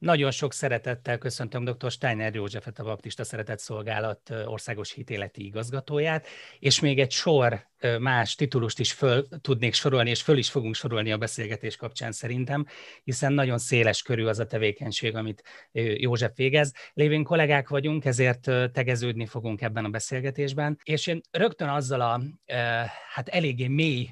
Nagyon sok szeretettel köszöntöm dr. Steiner Józsefet, a Baptista Szeretetszolgálat országos hitéleti igazgatóját, és még egy sor más titulust is föl tudnék sorolni, és föl is fogunk sorolni a beszélgetés kapcsán szerintem, hiszen nagyon széles körű az a tevékenység, amit József végez. Lévén kollégák vagyunk, ezért tegeződni fogunk ebben a beszélgetésben, és én rögtön azzal a hát eléggé mély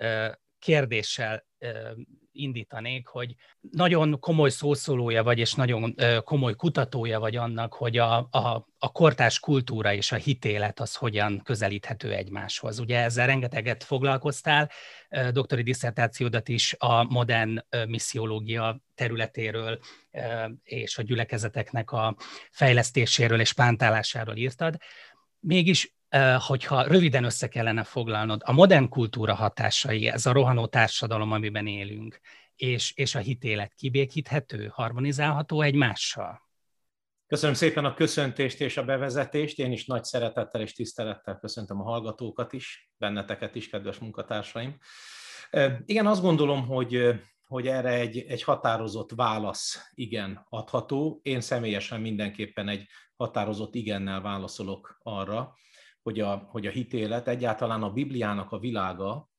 kérdéssel indítanék, hogy nagyon komoly szószólója vagy, és nagyon komoly kutatója vagy annak, hogy a kortárs kultúra és a hitélet az hogyan közelíthető egymáshoz. Ugye ezzel rengeteget foglalkoztál, doktori disszertációdat is a modern missziológia területéről és a gyülekezeteknek a fejlesztéséről és pántálásáról írtad. Mégis hogyha röviden össze kellene foglalnod, a modern kultúra hatásai, ez a rohanó társadalom, amiben élünk, és a hitélet kibékíthető, harmonizálható egymással? Köszönöm szépen a köszöntést és a bevezetést. Én is nagy szeretettel és tisztelettel köszöntöm a hallgatókat is, benneteket is, kedves munkatársaim. Igen, azt gondolom, hogy erre egy határozott válasz igen adható. Én személyesen mindenképpen egy határozott igennel válaszolok arra, hogy a hitélet, egyáltalán a Bibliának a világa,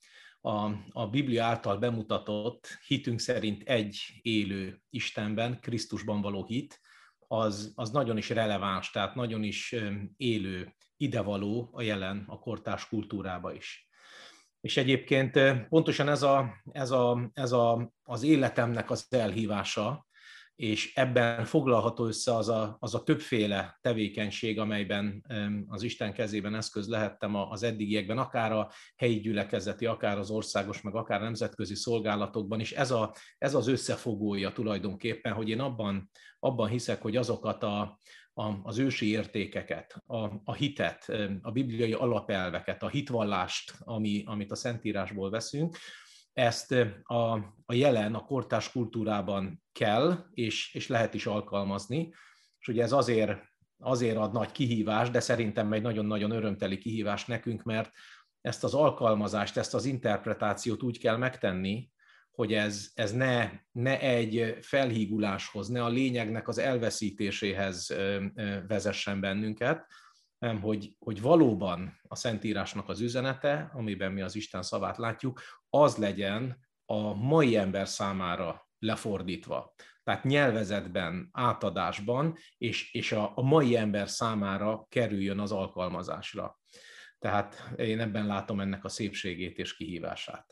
a Biblia által bemutatott hitünk szerint egy élő Istenben, Krisztusban való hit, az nagyon is releváns, tehát nagyon is élő, idevaló a jelen, a kortárs kultúrába is. És egyébként pontosan ez az életemnek az elhívása, és ebben foglalható össze az a többféle tevékenység, amelyben az Isten kezében eszköz lehettem az eddigiekben, akár a helyi gyülekezeti, akár az országos, meg akár nemzetközi szolgálatokban is. Ez az összefogója tulajdonképpen, hogy én abban hiszek, hogy azokat az ősi értékeket, a hitet, a bibliai alapelveket, a hitvallást, amit a Szentírásból veszünk, ezt a jelen, a kortárs kultúrában kell, és lehet is alkalmazni. És ugye ez azért ad nagy kihívás, de szerintem egy nagyon-nagyon örömteli kihívás nekünk, mert ezt az alkalmazást, ezt az interpretációt úgy kell megtenni, hogy ez ne egy felhíguláshoz, ne a lényegnek az elveszítéséhez vezessen bennünket, hanem hogy valóban a Szentírásnak az üzenete, amiben mi az Isten szavát látjuk, az legyen a mai ember számára lefordítva. Tehát nyelvezetben, átadásban, és a mai ember számára kerüljön az alkalmazásra. Tehát én ebben látom ennek a szépségét és kihívását.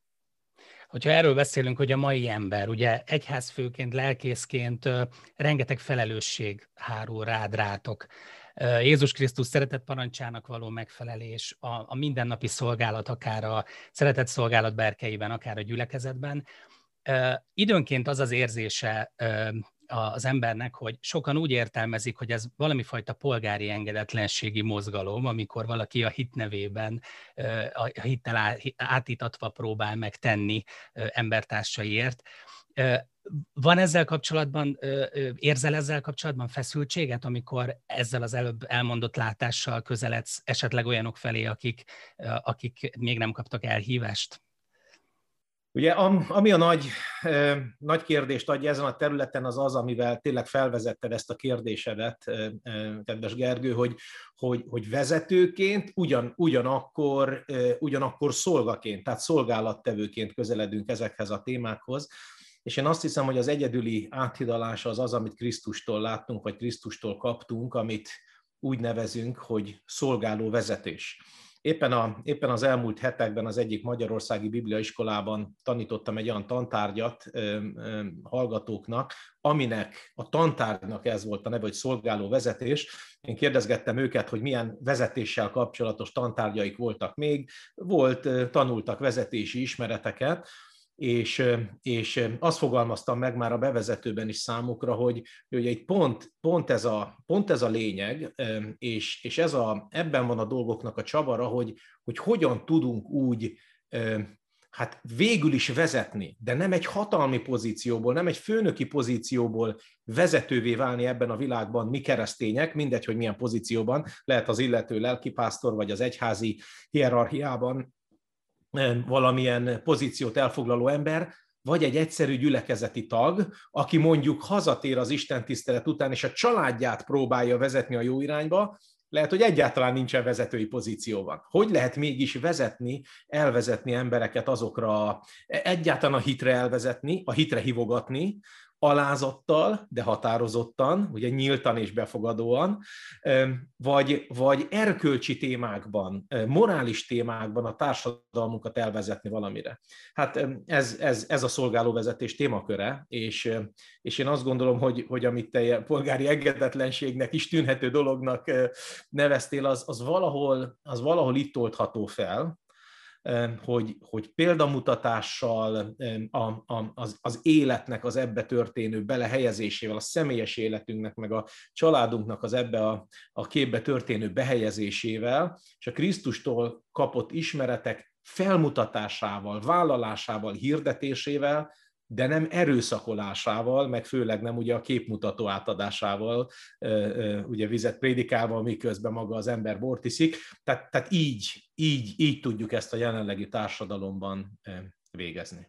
Hogyha erről beszélünk, hogy a mai ember, ugye egyházfőként, lelkészként rengeteg felelősség hárul rátok. Jézus Krisztus szeretett parancsának való megfelelés, a mindennapi szolgálat, akár a szeretett szolgálat berkeiben, akár a gyülekezetben. Időnként az az érzése az embernek, hogy sokan úgy értelmezik, hogy ez valami fajta polgári engedetlenségi mozgalom, amikor valaki a hit nevében, a hittel átítatva próbál megtenni embertársaiért. Van ezzel kapcsolatban, érzel ezzel kapcsolatban feszültséget, amikor ezzel az előbb elmondott látással közeledsz esetleg olyanok felé, akik még nem kaptak elhívást? Ugye, ami a nagy kérdést adja ezen a területen, az, amivel tényleg felvezetted ezt a kérdésedet, kedves Gergő, hogy vezetőként, ugyanakkor szolgaként, tehát szolgálattevőként közeledünk ezekhez a témákhoz. És én azt hiszem, hogy az egyedüli áthidalás az, amit Krisztustól láttunk, vagy Krisztustól kaptunk, amit úgy nevezünk, hogy szolgáló vezetés. Éppen az elmúlt hetekben az egyik magyarországi bibliaiskolában tanítottam egy olyan tantárgyat hallgatóknak, aminek a tantárgynak ez volt a neve, hogy szolgáló vezetés. Én kérdezgettem őket, hogy milyen vezetéssel kapcsolatos tantárgyaik voltak még. Tanultak vezetési ismereteket, és azt fogalmaztam meg már a bevezetőben is számukra, hogy egy pont ez a lényeg, és ebben van a dolgoknak a csavara, hogy hogyan tudunk úgy hát végül is vezetni, de nem egy hatalmi pozícióból, nem egy főnöki pozícióból vezetővé válni ebben a világban mi keresztények, mindegy, hogy milyen pozícióban, lehet az illető lelkipásztor, vagy az egyházi hierarchiában valamilyen pozíciót elfoglaló ember, vagy egy egyszerű gyülekezeti tag, aki mondjuk hazatér az istentisztelet után, és a családját próbálja vezetni a jó irányba, lehet, hogy egyáltalán nincsen vezetői pozícióban. Hogy lehet mégis vezetni, elvezetni embereket azokra, egyáltalán a hitre elvezetni, a hitre hívogatni, alázattal, de határozottan, ugye nyíltan és befogadóan, vagy erkölcsi témákban, morális témákban a társadalmunkat elvezetni valamire. Hát ez a szolgálóvezetés témaköre, és én azt gondolom, hogy amit te polgári engedetlenségnek is tűnhető dolognak neveztél, az valahol itt oldható fel, hogy példamutatással, az életnek az ebbe történő belehelyezésével, a személyes életünknek, meg a családunknak az ebbe a képbe történő behelyezésével, és a Krisztustól kapott ismeretek felmutatásával, vállalásával, hirdetésével, de nem erőszakolásával, meg főleg nem ugye a képmutató átadásával, ugye vizet prédikálva, miközben maga az ember bort iszik. Tehát így tudjuk ezt a jelenlegi társadalomban végezni.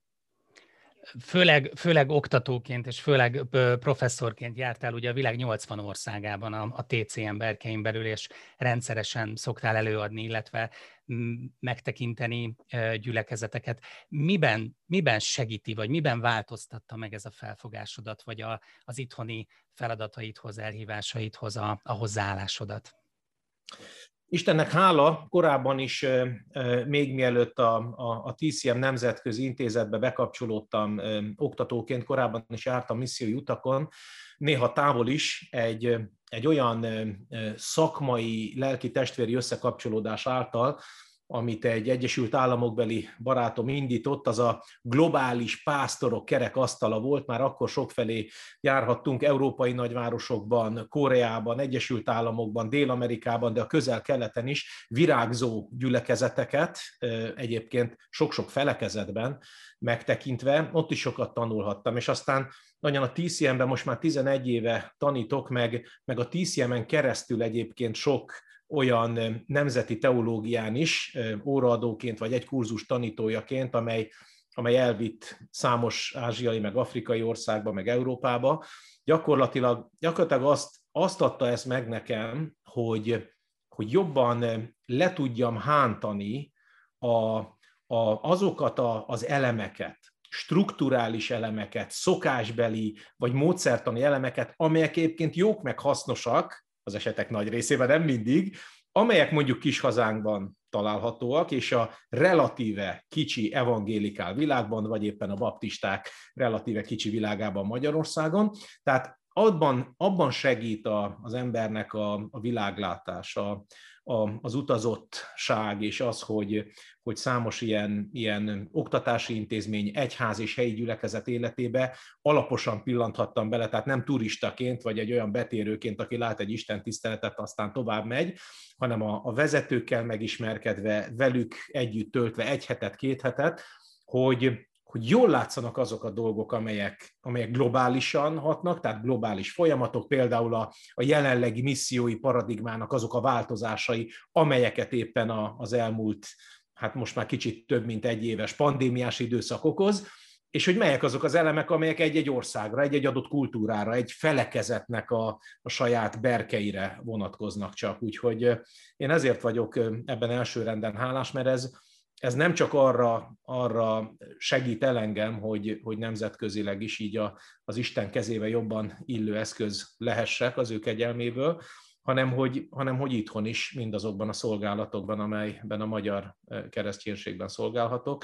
Főleg oktatóként és főleg professzorként jártál ugye a világ 80 országában a TCM berkein belül, és rendszeresen szoktál előadni, illetve megtekinteni gyülekezeteket. Miben segíti, vagy miben változtatta meg ez a felfogásodat, vagy az itthoni feladataidhoz, elhívásaidhoz a hozzáállásodat? Istennek hála, korábban is, még mielőtt a TCM Nemzetközi Intézetbe bekapcsolódtam oktatóként, korábban is jártam missziói utakon, néha távol is egy olyan szakmai, lelki testvéri összekapcsolódás által, amit egy Egyesült Államokbeli barátom indított, az a globális pásztorok kerekasztala volt, már akkor sokfelé járhattunk európai nagyvárosokban, Koreában, Egyesült Államokban, Dél-Amerikában, de a közel-keleten is virágzó gyülekezeteket, egyébként sok-sok felekezetben megtekintve, ott is sokat tanulhattam, és aztán nagyon a TCM-ben most már 11 éve tanítok, meg a TCM-en keresztül egyébként sok olyan nemzeti teológián is, óraadóként vagy egy kurzus tanítójaként, amely elvitt számos ázsiai, meg afrikai országba, meg Európába. Gyakorlatilag azt adta ez meg nekem, hogy jobban le tudjam hántani azokat az elemeket, strukturális elemeket, szokásbeli vagy módszertani elemeket, amelyek egyébként jók meg hasznosak, az esetek nagy részében, nem mindig, amelyek mondjuk kis hazánkban találhatóak, és a relatíve kicsi evangélikál világban, vagy éppen a baptisták relatíve kicsi világában Magyarországon. Tehát abban segít az embernek a világlátása, az utazottság, és az, hogy számos ilyen oktatási intézmény, egyház és helyi gyülekezet életébe alaposan pillanthattam bele, tehát nem turistaként, vagy egy olyan betérőként, aki lát egy istentiszteletet, aztán tovább megy, hanem a vezetőkkel megismerkedve, velük együtt töltve egy hetet, 2 hetet, hogy jól látszanak azok a dolgok, amelyek globálisan hatnak, tehát globális folyamatok, például a jelenlegi missziói paradigmának azok a változásai, amelyeket éppen az elmúlt, hát most már kicsit több mint 1 éves pandémiás időszak okoz, és hogy melyek azok az elemek, amelyek egy-egy országra, egy-egy adott kultúrára, egy felekezetnek a saját berkeire vonatkoznak csak. Úgyhogy én ezért vagyok ebben elsőrenden hálás, mert ez nem csak arra segít el engem, hogy nemzetközileg is így az Isten kezébe jobban illő eszköz lehessek az ő kegyelméből, hanem hogy itthon is, mindazokban a szolgálatokban, amelyben a magyar kereszténységben szolgálhatok,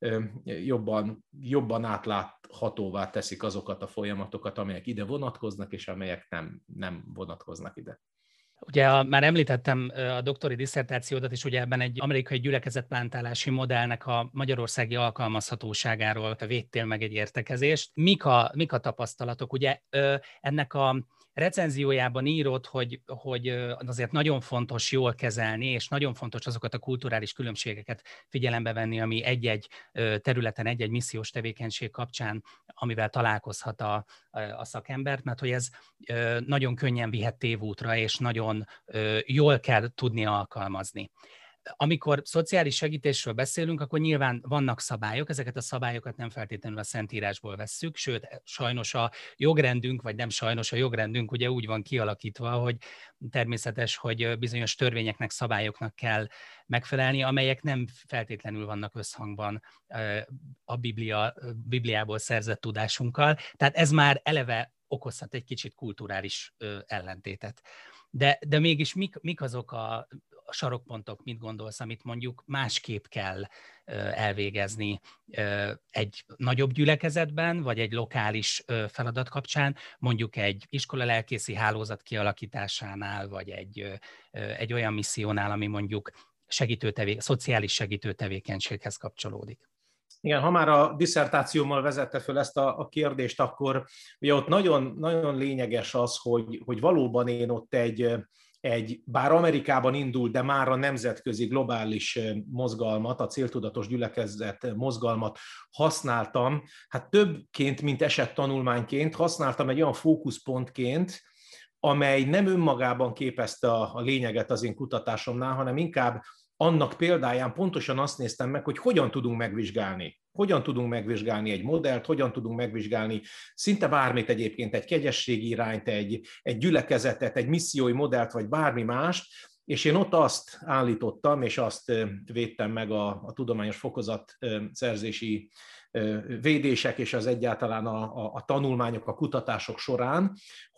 jobban átláthatóvá teszik azokat a folyamatokat, amelyek ide vonatkoznak, és amelyek nem vonatkoznak ide. Ugye már említettem a doktori disszertációdat, és ugye ebben egy amerikai gyülekezetplantálási modellnek a magyarországi alkalmazhatóságáról védtél meg egy értekezést. Mik a tapasztalatok? Ugye ennek a recenziójában írod, hogy azért nagyon fontos jól kezelni, és nagyon fontos azokat a kulturális különbségeket figyelembe venni, ami egy-egy területen, egy-egy missziós tevékenység kapcsán, amivel találkozhat a szakembert, mert hogy ez nagyon könnyen vihet tévútra, és nagyon jól kell tudni alkalmazni. amikor szociális segítésről beszélünk, akkor nyilván vannak szabályok, ezeket a szabályokat nem feltétlenül a Szentírásból vesszük, sőt, sajnos a jogrendünk, vagy nem sajnos, a jogrendünk ugye úgy van kialakítva, hogy természetes, hogy bizonyos törvényeknek, szabályoknak kell megfelelni, amelyek nem feltétlenül vannak összhangban a Bibliából szerzett tudásunkkal. Tehát ez már eleve okozhat egy kicsit kulturális ellentétet. De mégis mik azok a sarokpontok, mit gondolsz, amit mondjuk másképp kell elvégezni egy nagyobb gyülekezetben, vagy egy lokális feladat kapcsán, mondjuk egy iskolalelkészi hálózat kialakításánál, vagy egy olyan missziónál, ami mondjuk szociális segítő tevékenységhez kapcsolódik? Igen, ha már a disszertációmmal vezette föl ezt a kérdést, akkor ugye ott nagyon, nagyon lényeges az, hogy valóban én ott bár Amerikában indul, de már a nemzetközi globális mozgalmat, a céltudatos gyülekezet mozgalmat használtam, hát többként, mint esettanulmányként használtam egy olyan fókuszpontként, amely nem önmagában képezte a lényeget az én kutatásomnál, hanem inkább annak példáján pontosan azt néztem meg, hogy hogyan tudunk megvizsgálni. Hogyan tudunk megvizsgálni egy modellt, hogyan tudunk megvizsgálni szinte bármit egyébként, egy kegyességi irányt, egy gyülekezetet, egy missziói modellt, vagy bármi mást, és én ott azt állítottam, és azt védtem meg a tudományos fokozatszerzési védések és az egyáltalán a tanulmányok, a kutatások során,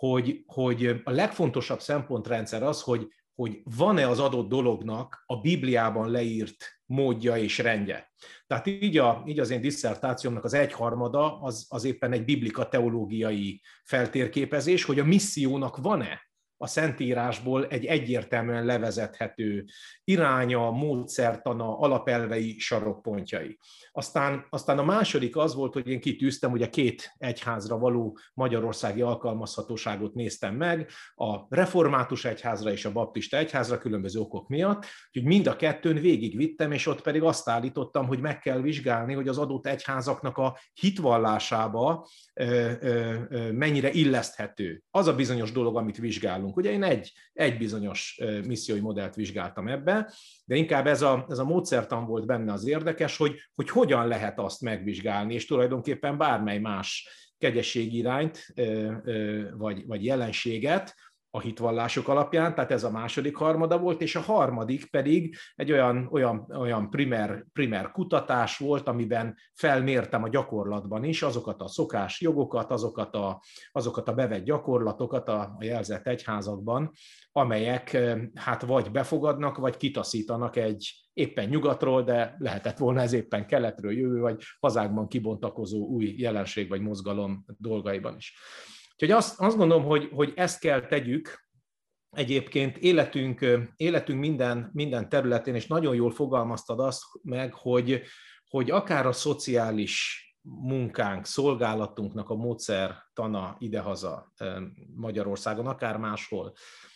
hogy a legfontosabb szempontrendszer az, hogy van-e az adott dolognak a Bibliában leírt módja és rendje. Tehát így az én disszertációmnak az 1/3 az éppen egy biblika teológiai feltérképezés, hogy a missziónak van-e a Szentírásból egy egyértelműen levezethető iránya, módszertana, alapelvei, sarokpontjai. Aztán a második az volt, hogy én kitűztem, ugye 2 egyházra való magyarországi alkalmazhatóságot néztem meg, a református egyházra és a baptista egyházra különböző okok miatt, úgyhogy mind a kettőn végigvittem, és ott pedig azt állítottam, hogy meg kell vizsgálni, hogy az adott egyházaknak a hitvallásába mennyire illeszthető az a bizonyos dolog, amit vizsgálunk. Ugye én egy bizonyos missziói modellt vizsgáltam ebbe, de inkább ez a módszertan volt benne az érdekes, hogy hogyan lehet azt megvizsgálni, és tulajdonképpen bármely más kegyességi irányt vagy jelenséget a hitvallások alapján, tehát ez a második harmada volt, és a harmadik pedig egy olyan primer kutatás volt, amiben felmértem a gyakorlatban is azokat a szokásjogokat, azokat a bevett gyakorlatokat a jelzett egyházakban, amelyek hát vagy befogadnak, vagy kitaszítanak egy éppen nyugatról, de lehetett volna ez éppen keletről jövő, vagy hazánkban kibontakozó új jelenség vagy mozgalom dolgaiban is. Úgyhogy azt gondolom, hogy ezt kell tegyük egyébként életünk minden területén, és nagyon jól fogalmaztad azt meg, hogy akár a szociális munkánk, szolgálatunknak a módszertana idehaza Magyarországon, akár máshol,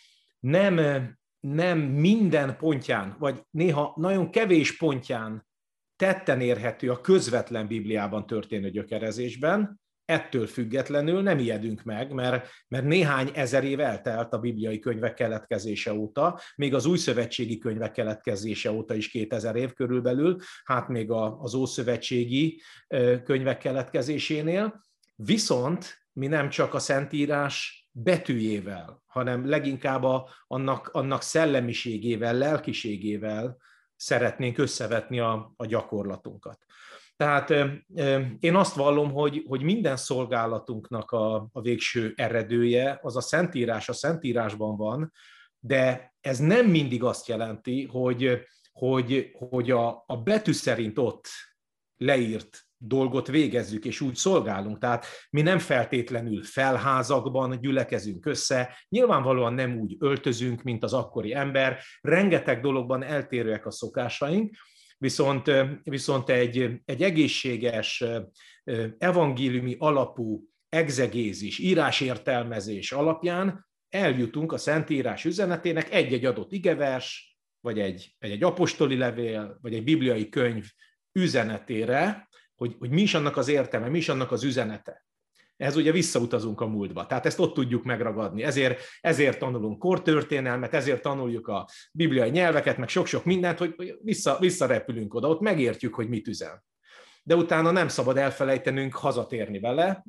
nem minden pontján, vagy néha nagyon kevés pontján tetten érhető a közvetlen Bibliában történő gyökerezésben. Ettől függetlenül nem ijedünk meg, mert néhány ezer év eltelt a bibliai könyvek keletkezése óta, még az újszövetségi könyvek keletkezése óta is 2000 év körülbelül, hát még az ószövetségi könyvek keletkezésénél. Viszont mi nem csak a Szentírás betűjével, hanem leginkább annak szellemiségével, lelkiségével szeretnénk összevetni a gyakorlatunkat. Tehát én azt vallom, hogy minden szolgálatunknak a végső eredője az a Szentírás, a Szentírásban van, de ez nem mindig azt jelenti, hogy a betű szerint ott leírt dolgot végezzük, és úgy szolgálunk. Tehát mi nem feltétlenül felházakban gyülekezünk össze, nyilvánvalóan nem úgy öltözünk, mint az akkori ember, rengeteg dologban eltérőek a szokásaink, viszont egy egészséges, evangéliumi alapú egzegézis, írásértelmezés alapján eljutunk a Szentírás üzenetének egy-egy adott igevers, vagy egy apostoli levél, vagy egy bibliai könyv üzenetére, hogy mi is annak az értelme, mi is annak az üzenete. ehhez ugye visszautazunk a múltba. Tehát ezt ott tudjuk megragadni. Ezért tanulunk kortörténelmet, ezért tanuljuk a bibliai nyelveket, meg sok-sok mindent, hogy visszarepülünk oda, ott megértjük, hogy mit üzen. De utána nem szabad elfelejtenünk hazatérni vele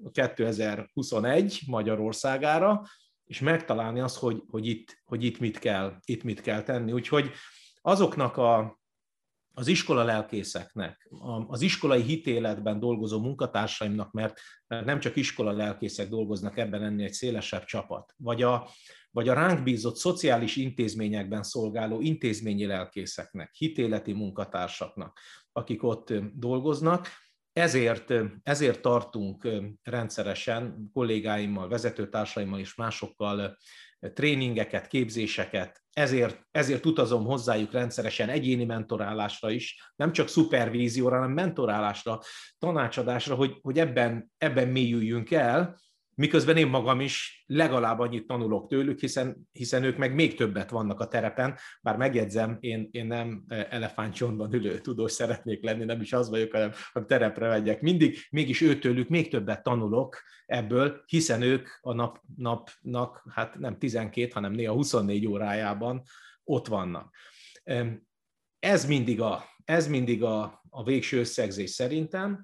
2021 Magyarországára, és megtalálni azt, hogy itt mit kell tenni. Úgyhogy azoknak az iskola lelkészeknek, az iskolai hitéletben dolgozó munkatársaimnak, mert nem csak iskola lelkészek dolgoznak ebben, ennél egy szélesebb csapat, vagy a ránk bízott szociális intézményekben szolgáló intézményi lelkészeknek, hitéleti munkatársaknak, akik ott dolgoznak. Ezért tartunk rendszeresen kollégáimmal, vezetőtársaimmal és másokkal tréningeket, képzéseket, ezért utazom hozzájuk rendszeresen egyéni mentorálásra is, nem csak szupervízióra, hanem mentorálásra, tanácsadásra, hogy ebben mélyüljünk el, miközben én magam is legalább annyit tanulok tőlük, hiszen ők meg még többet vannak a terepen, bár megjegyzem, én nem elefántcsontban ülő tudós szeretnék lenni, nem is az vagyok, hanem terepre megyek mindig, mégis őtőlük még többet tanulok ebből, hiszen ők a napnak hát nem 12, hanem néha 24 órájában ott vannak. Ez mindig a végső összegzés szerintem,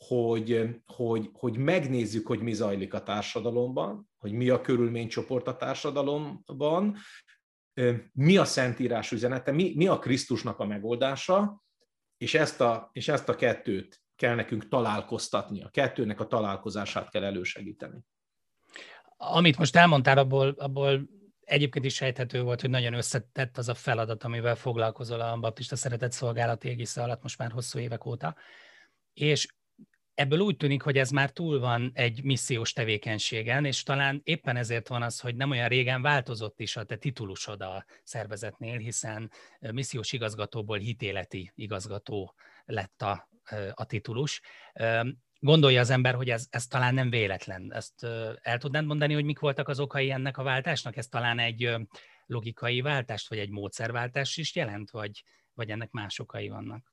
hogy megnézzük, hogy mi zajlik a társadalomban, hogy mi a körülménycsoport a társadalomban, mi a Szentírás üzenete, mi a Krisztusnak a megoldása, és ezt a kettőt kell nekünk találkoztatni, a kettőnek a találkozását kell elősegíteni. Amit most elmondtál, abból egyébként is sejthető volt, hogy nagyon összetett az a feladat, amivel foglalkozol a Baptista Szeretett Szolgálat égisze alatt most már hosszú évek óta, és ebből úgy tűnik, hogy ez már túl van egy missziós tevékenységen, és talán éppen ezért van az, hogy nem olyan régen változott is a te titulusod a szervezetnél, hiszen missziós igazgatóból hitéleti igazgató lett a titulus. Gondolja az ember, hogy ez talán nem véletlen. Ezt el tudnád mondani, hogy mik voltak az okai ennek a váltásnak? Ez talán egy logikai váltást, vagy egy módszerváltást is jelent, vagy ennek más okai vannak?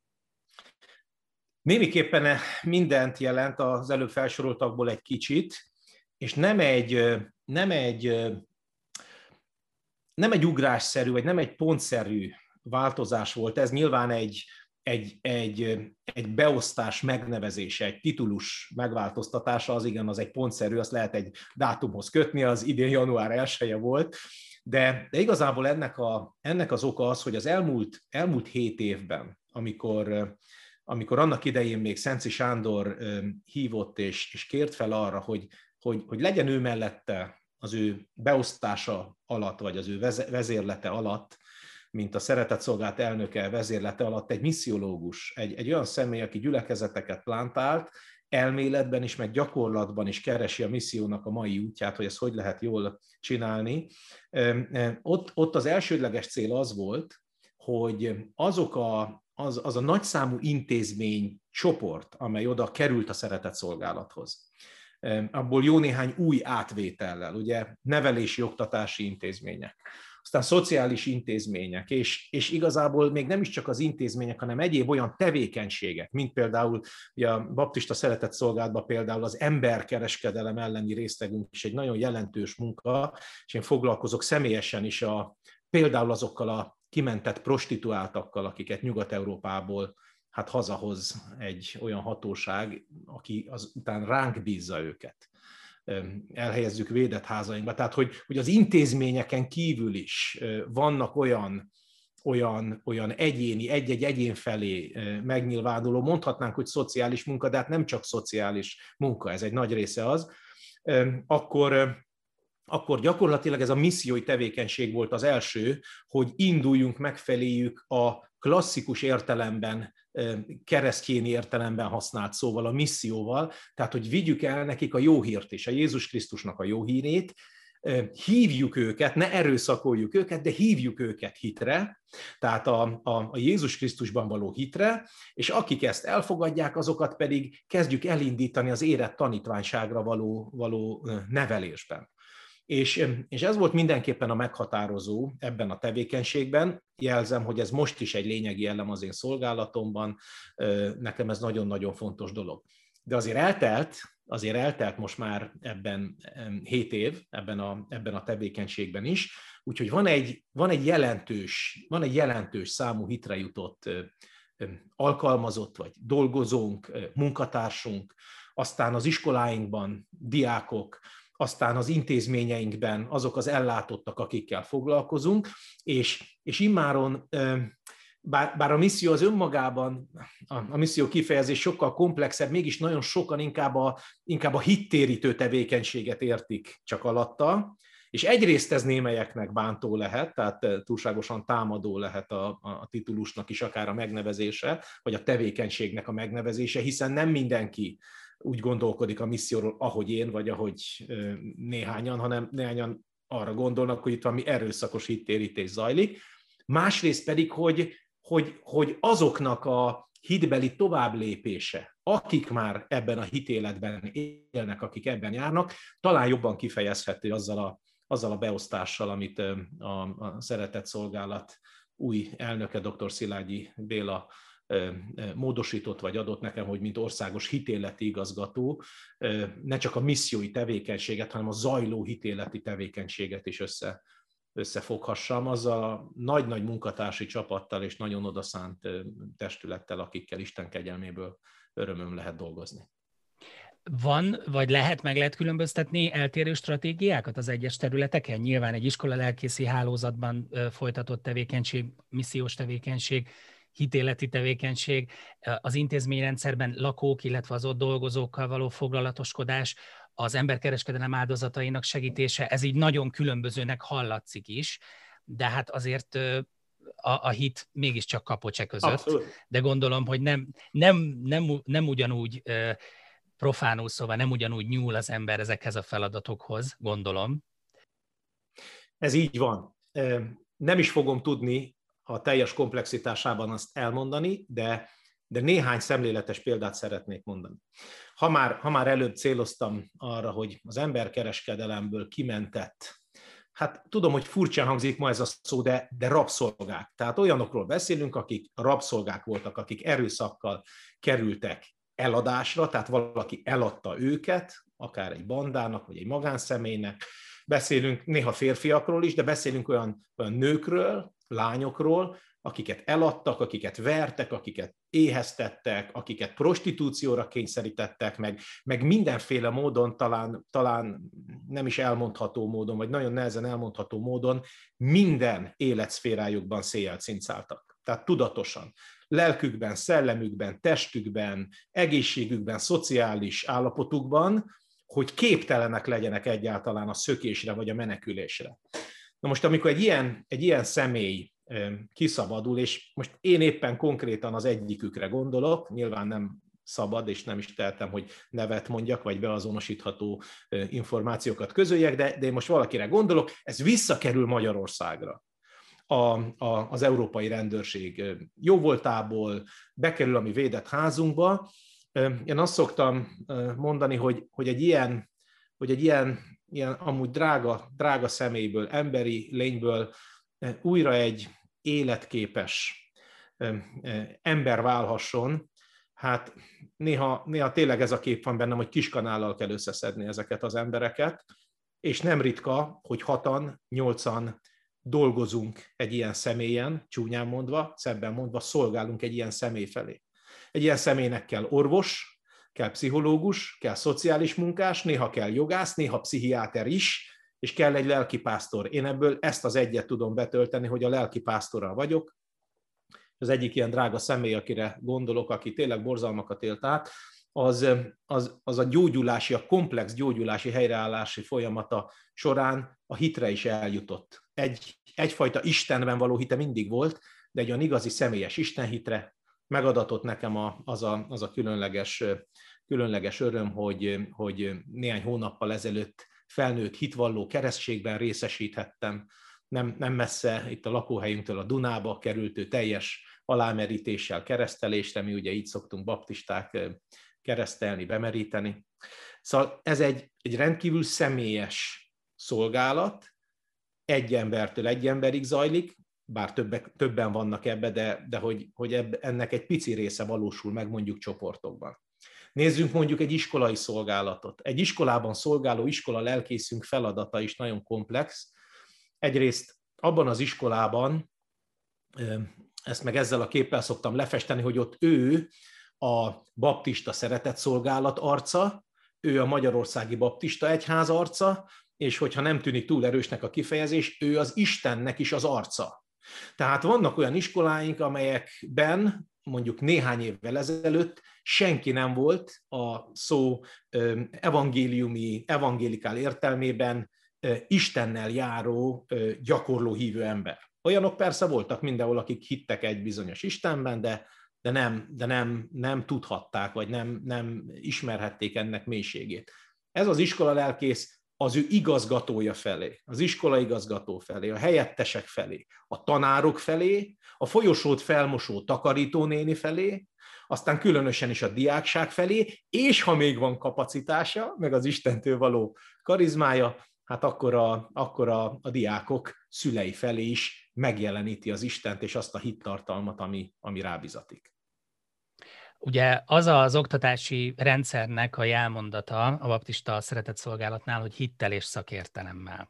Némiképpen mindent jelent, az előbb felsoroltakból egy kicsit, és nem egy ugrásszerű, vagy nem egy pontszerű változás volt. Ez nyilván egy beosztás megnevezése, egy titulus megváltoztatása, az igen, az egy pontszerű, azt lehet egy dátumhoz kötni, az idén január 1-e volt, de igazából ennek az oka az, hogy az elmúlt 7 évben, amikor annak idején még Szenci Sándor hívott és kért fel arra, hogy legyen ő mellette az ő beosztása alatt, vagy az ő vezérlete alatt, mint a Szeretett Szolgálat elnöke vezérlete alatt egy missziológus, egy olyan személy, aki gyülekezeteket plántált, elméletben is, meg gyakorlatban is keresi a missziónak a mai útját, hogy ezt hogy lehet jól csinálni. Ott az elsődleges cél az volt, hogy az a nagyszámú intézmény csoport, amely oda került a Szeretett Szolgálathoz, abból jó néhány új átvétellel, ugye nevelési, oktatási intézmények, aztán szociális intézmények, és igazából még nem is csak az intézmények, hanem egyéb olyan tevékenységek, mint például ugye a Baptista Szeretett Szolgálatban például az emberkereskedelem elleni részlegünk is egy nagyon jelentős munka, és én foglalkozok személyesen is például azokkal a kimentett prostituáltakkal, akiket Nyugat-Európából hazahoz egy olyan hatóság, aki azután ránk bízza őket. Elhelyezzük védett házainkba. Tehát, hogy az intézményeken kívül is vannak olyan egyéni, egy-egy egyén felé megnyilvánuló, mondhatnánk, hogy szociális munka, de hát nem csak szociális munka, ez egy nagy része az, akkor gyakorlatilag ez a missziói tevékenység volt az első, hogy induljunk megfeléjük a klasszikus értelemben, keresztjéni értelemben használt szóval, a misszióval, tehát hogy vigyük el nekik a jó hírt és a Jézus Krisztusnak a jó hírét, hívjuk őket, ne erőszakoljuk őket, de hívjuk őket hitre, tehát a Jézus Krisztusban való hitre, és akik ezt elfogadják, azokat pedig kezdjük elindítani az érett tanítványságra való nevelésben. És ez volt mindenképpen a meghatározó ebben a tevékenységben. Jelzem, hogy ez most is egy lényegi elem az én szolgálatomban, nekem ez nagyon-nagyon fontos dolog. de azért eltelt most már ebben 7 év, ebben a tevékenységben is, úgyhogy van egy jelentős számú hitre jutott alkalmazott vagy dolgozónk, munkatársunk, aztán az iskoláinkban diákok, aztán az intézményeinkben azok az ellátottak, akikkel foglalkozunk, és immáron, bár a misszió az önmagában, a misszió kifejezés sokkal komplexebb, mégis nagyon sokan inkább a hittérítő tevékenységet értik csak alatta, és egyrészt ez némelyeknek bántó lehet, tehát túlságosan támadó lehet a titulusnak is akár a megnevezése, vagy a tevékenységnek a megnevezése, hiszen nem mindenki úgy gondolkodik a misszióról, ahogy én, vagy ahogy néhányan, hanem néhányan arra gondolnak, hogy itt valami erőszakos hittérítés zajlik. Másrészt pedig, hogy azoknak a hitbeli továbblépése, akik már ebben a hitéletben élnek, akik ebben járnak, talán jobban kifejezhető azzal a beosztással, amit a Szeretett Szolgálat új elnöke, dr. Szilágyi Béla módosított vagy adott nekem, hogy mint országos hitéleti igazgató ne csak a missziói tevékenységet, hanem a zajló hitéleti tevékenységet is összefoghassam, azzal a nagy-nagy munkatársi csapattal és nagyon odaszánt testülettel, akikkel Isten kegyelméből örömöm lehet dolgozni. Van, vagy meg lehet különböztetni eltérő stratégiákat az egyes területeken? Nyilván egy iskola lelkészi hálózatban folytatott tevékenység, missziós tevékenység, hitéleti tevékenység, az intézményrendszerben lakók, illetve az ott dolgozókkal való foglalatoskodás, az emberkereskedelem áldozatainak segítése, ez így nagyon különbözőnek hallatszik is, de hát azért a hit mégiscsak kapocse között. Abszolút. De gondolom, hogy nem ugyanúgy profánul szóval nem ugyanúgy nyúl az ember ezekhez a feladatokhoz, gondolom. Ez így van. Nem is fogom tudni a teljes komplexitásában azt elmondani, de néhány szemléletes példát szeretnék mondani. Ha már előbb céloztam arra, hogy az emberkereskedelemből kimentett, hát tudom, hogy furcsán hangzik ma ez a szó, de rabszolgák. Tehát olyanokról beszélünk, akik rabszolgák voltak, akik erőszakkal kerültek eladásra, tehát valaki eladta őket, akár egy bandának, vagy egy magánszemélynek. Beszélünk néha férfiakról is, de beszélünk olyan nőkről, lányokról, akiket eladtak, akiket vertek, akiket éheztettek, akiket prostitúcióra kényszerítettek, meg mindenféle módon, talán nem is elmondható módon, vagy nagyon nehezen elmondható módon minden életszférájukban széjjel cincáltak. Tehát tudatosan. Lelkükben, szellemükben, testükben, egészségükben, szociális állapotukban, hogy képtelenek legyenek egyáltalán a szökésre vagy a menekülésre. Na most, amikor egy ilyen személy kiszabadul, és most én éppen konkrétan az egyikükre gondolok, nyilván nem szabad, és nem is tehetem, hogy nevet mondjak, vagy beazonosítható információkat közöljek, de én most valakire gondolok, ez visszakerül Magyarországra. Az európai rendőrség jóvoltából bekerül a mi védett házunkba. Én azt szoktam mondani, hogy egy ilyen amúgy drága személyből, emberi lényből újra egy életképes ember válhasson, hát néha tényleg ez a kép van bennem, hogy kiskanállal kell összeszedni ezeket az embereket, és nem ritka, hogy 6-an, 8-an dolgozunk egy ilyen személyen, csúnyán mondva, szebben mondva, szolgálunk egy ilyen személy felé. Egy ilyen személynek kell orvos, kell pszichológus, kell szociális munkás, néha kell jogász, néha pszichiáter is, és kell egy lelkipásztor. Én ebből ezt az egyet tudom betölteni, hogy a lelkipásztorral vagyok. Az egyik ilyen drága személy, akire gondolok, aki tényleg borzalmakat élt át, az a gyógyulási, a komplex gyógyulási, helyreállási folyamata során a hitre is eljutott. Egyfajta Istenben való hite mindig volt, de egy olyan igazi személyes istenhitre megadatott nekem az a különleges öröm, hogy néhány hónappal ezelőtt felnőtt hitvalló keresztségben részesíthettem. Nem messze itt a lakóhelyünktől a Dunába került ő teljes alámerítéssel keresztelésre, mi ugye így szoktunk baptisták keresztelni, bemeríteni. Szóval ez egy rendkívül személyes szolgálat, egy embertől egy emberig zajlik, bár többen vannak ebbe, de hogy ennek egy pici része valósul meg mondjuk csoportokban. Nézzünk mondjuk egy iskolai szolgálatot. Egy iskolában szolgáló iskola lelkészünk feladata is nagyon komplex. Egyrészt abban az iskolában, ezt meg ezzel a képpel szoktam lefesteni, hogy ott ő a baptista szeretetszolgálat arca, ő a Magyarországi Baptista Egyház arca, és hogyha nem tűnik túl erősnek a kifejezés, ő az Istennek is az arca. Tehát vannak olyan iskoláink, amelyekben mondjuk néhány évvel ezelőtt senki nem volt a szó evangelikál értelmében Istennel járó, gyakorló hívő ember. Olyanok persze voltak mindenhol, akik hittek egy bizonyos Istenben, de nem tudhatták, vagy nem ismerhették ennek mélységét. Ez az iskola lelkész az ő igazgatója felé, az iskola igazgató felé, a helyettesek felé, a tanárok felé, a folyosót felmosó takarítónéni felé, aztán különösen is a diákság felé, és ha még van kapacitása, meg az Istentől való karizmája, hát akkor a diákok szülei felé is megjeleníti az Istent és azt a hittartalmat, ami rábizatik. Ugye az az oktatási rendszernek a jelmondata a baptista szeretetszolgálatnál, hogy hittel és szakértelemmel.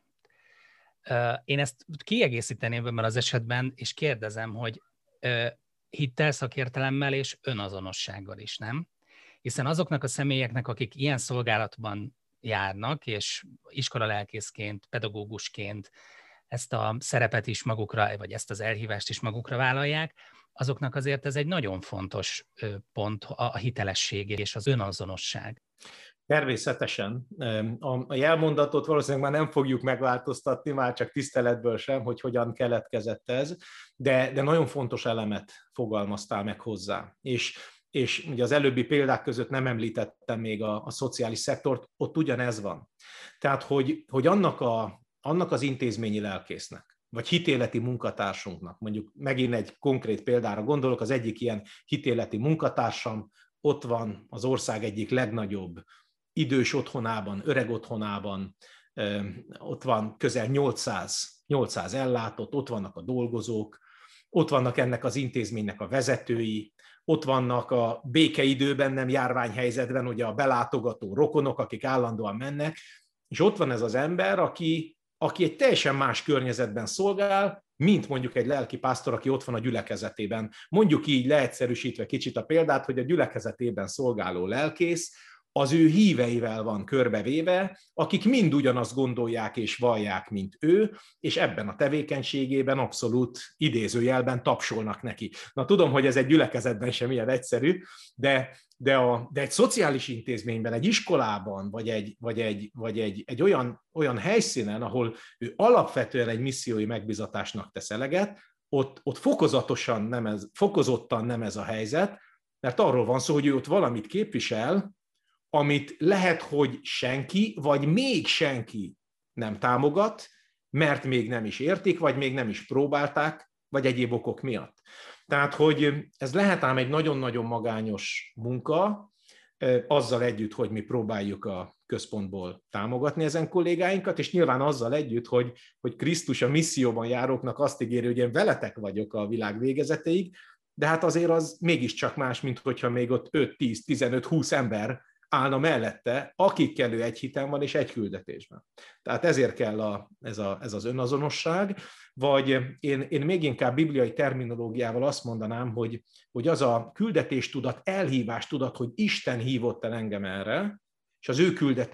Én ezt kiegészíteném ebben az esetben, és kérdezem, hogy hittel, szakértelemmel és önazonossággal is, nem? Hiszen azoknak a személyeknek, akik ilyen szolgálatban járnak, és iskolalelkészként, pedagógusként ezt a szerepet is magukra, vagy ezt az elhívást is magukra vállalják, azoknak azért ez egy nagyon fontos pont, a hitelesség és az önazonosság. Természetesen. A jelmondatot valószínűleg már nem fogjuk megváltoztatni, már csak tiszteletből sem, hogy hogyan keletkezett ez, de nagyon fontos elemet fogalmaztál meg hozzá. És ugye az előbbi példák között nem említettem még a szociális szektort, ott ugyanez van. Tehát, hogy annak az intézményi lelkésznek, vagy hitéleti munkatársunknak, mondjuk megint egy konkrét példára gondolok, az egyik ilyen hitéleti munkatársam ott van az ország egyik legnagyobb idős otthonában, öreg otthonában, ott van közel 800 ellátott, ott vannak a dolgozók, ott vannak ennek az intézménynek a vezetői, ott vannak a békeidőben, nem járványhelyzetben, ugye a belátogató rokonok, akik állandóan mennek, és ott van ez az ember, aki egy teljesen más környezetben szolgál, mint mondjuk egy lelkipásztor, aki ott van a gyülekezetében. Mondjuk így leegyszerűsítve kicsit a példát, hogy a gyülekezetében szolgáló lelkész az ő híveivel van körbevéve, akik mind ugyanazt gondolják és vallják, mint ő, és ebben a tevékenységében abszolút idézőjelben tapsolnak neki. Na tudom, hogy ez egy gyülekezetben sem ilyen egyszerű, de egy szociális intézményben, egy iskolában, vagy egy olyan helyszínen, ahol ő alapvetően egy missziói megbízatásnak tesz eleget, ott fokozottan nem ez a helyzet, mert arról van szó, hogy ő ott valamit képvisel, amit lehet, hogy senki, vagy még senki nem támogat, mert még nem is értik, vagy még nem is próbálták, vagy egyéb okok miatt. Tehát, hogy ez lehet ám egy nagyon-nagyon magányos munka, azzal együtt, hogy mi próbáljuk a központból támogatni ezen kollégáinkat, és nyilván azzal együtt, hogy Krisztus a misszióban járóknak azt ígéri, hogy én veletek vagyok a világ végezetéig, de hát azért az mégiscsak más, mint hogyha még ott 5, 10, 15, 20 ember állna mellette, akikkel ő egy hiten van és egy küldetésben. Tehát ezért kell ez az önazonosság, vagy én még inkább bibliai terminológiával azt mondanám, hogy az a küldetéstudat, elhívástudat, hogy Isten hívott el engem erre, és az ő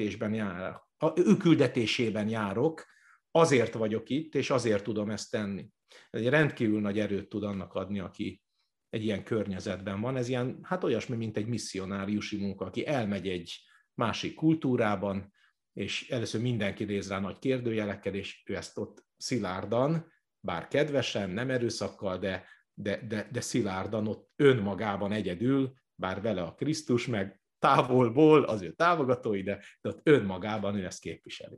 ő küldetésében járok, azért vagyok itt, és azért tudom ezt tenni. Ez egy rendkívül nagy erőt tud annak adni, aki egy ilyen környezetben van. Ez ilyen, hát olyasmi, mint egy misszionáriusi munka, aki elmegy egy másik kultúrában, és először mindenki néz rá nagy kérdőjelekkel, és ő ezt ott szilárdan, bár kedvesen, nem erőszakkal, de szilárdan ott önmagában egyedül, bár vele a Krisztus, meg távolból az ő támogatói, de ott önmagában ő ezt képviseli.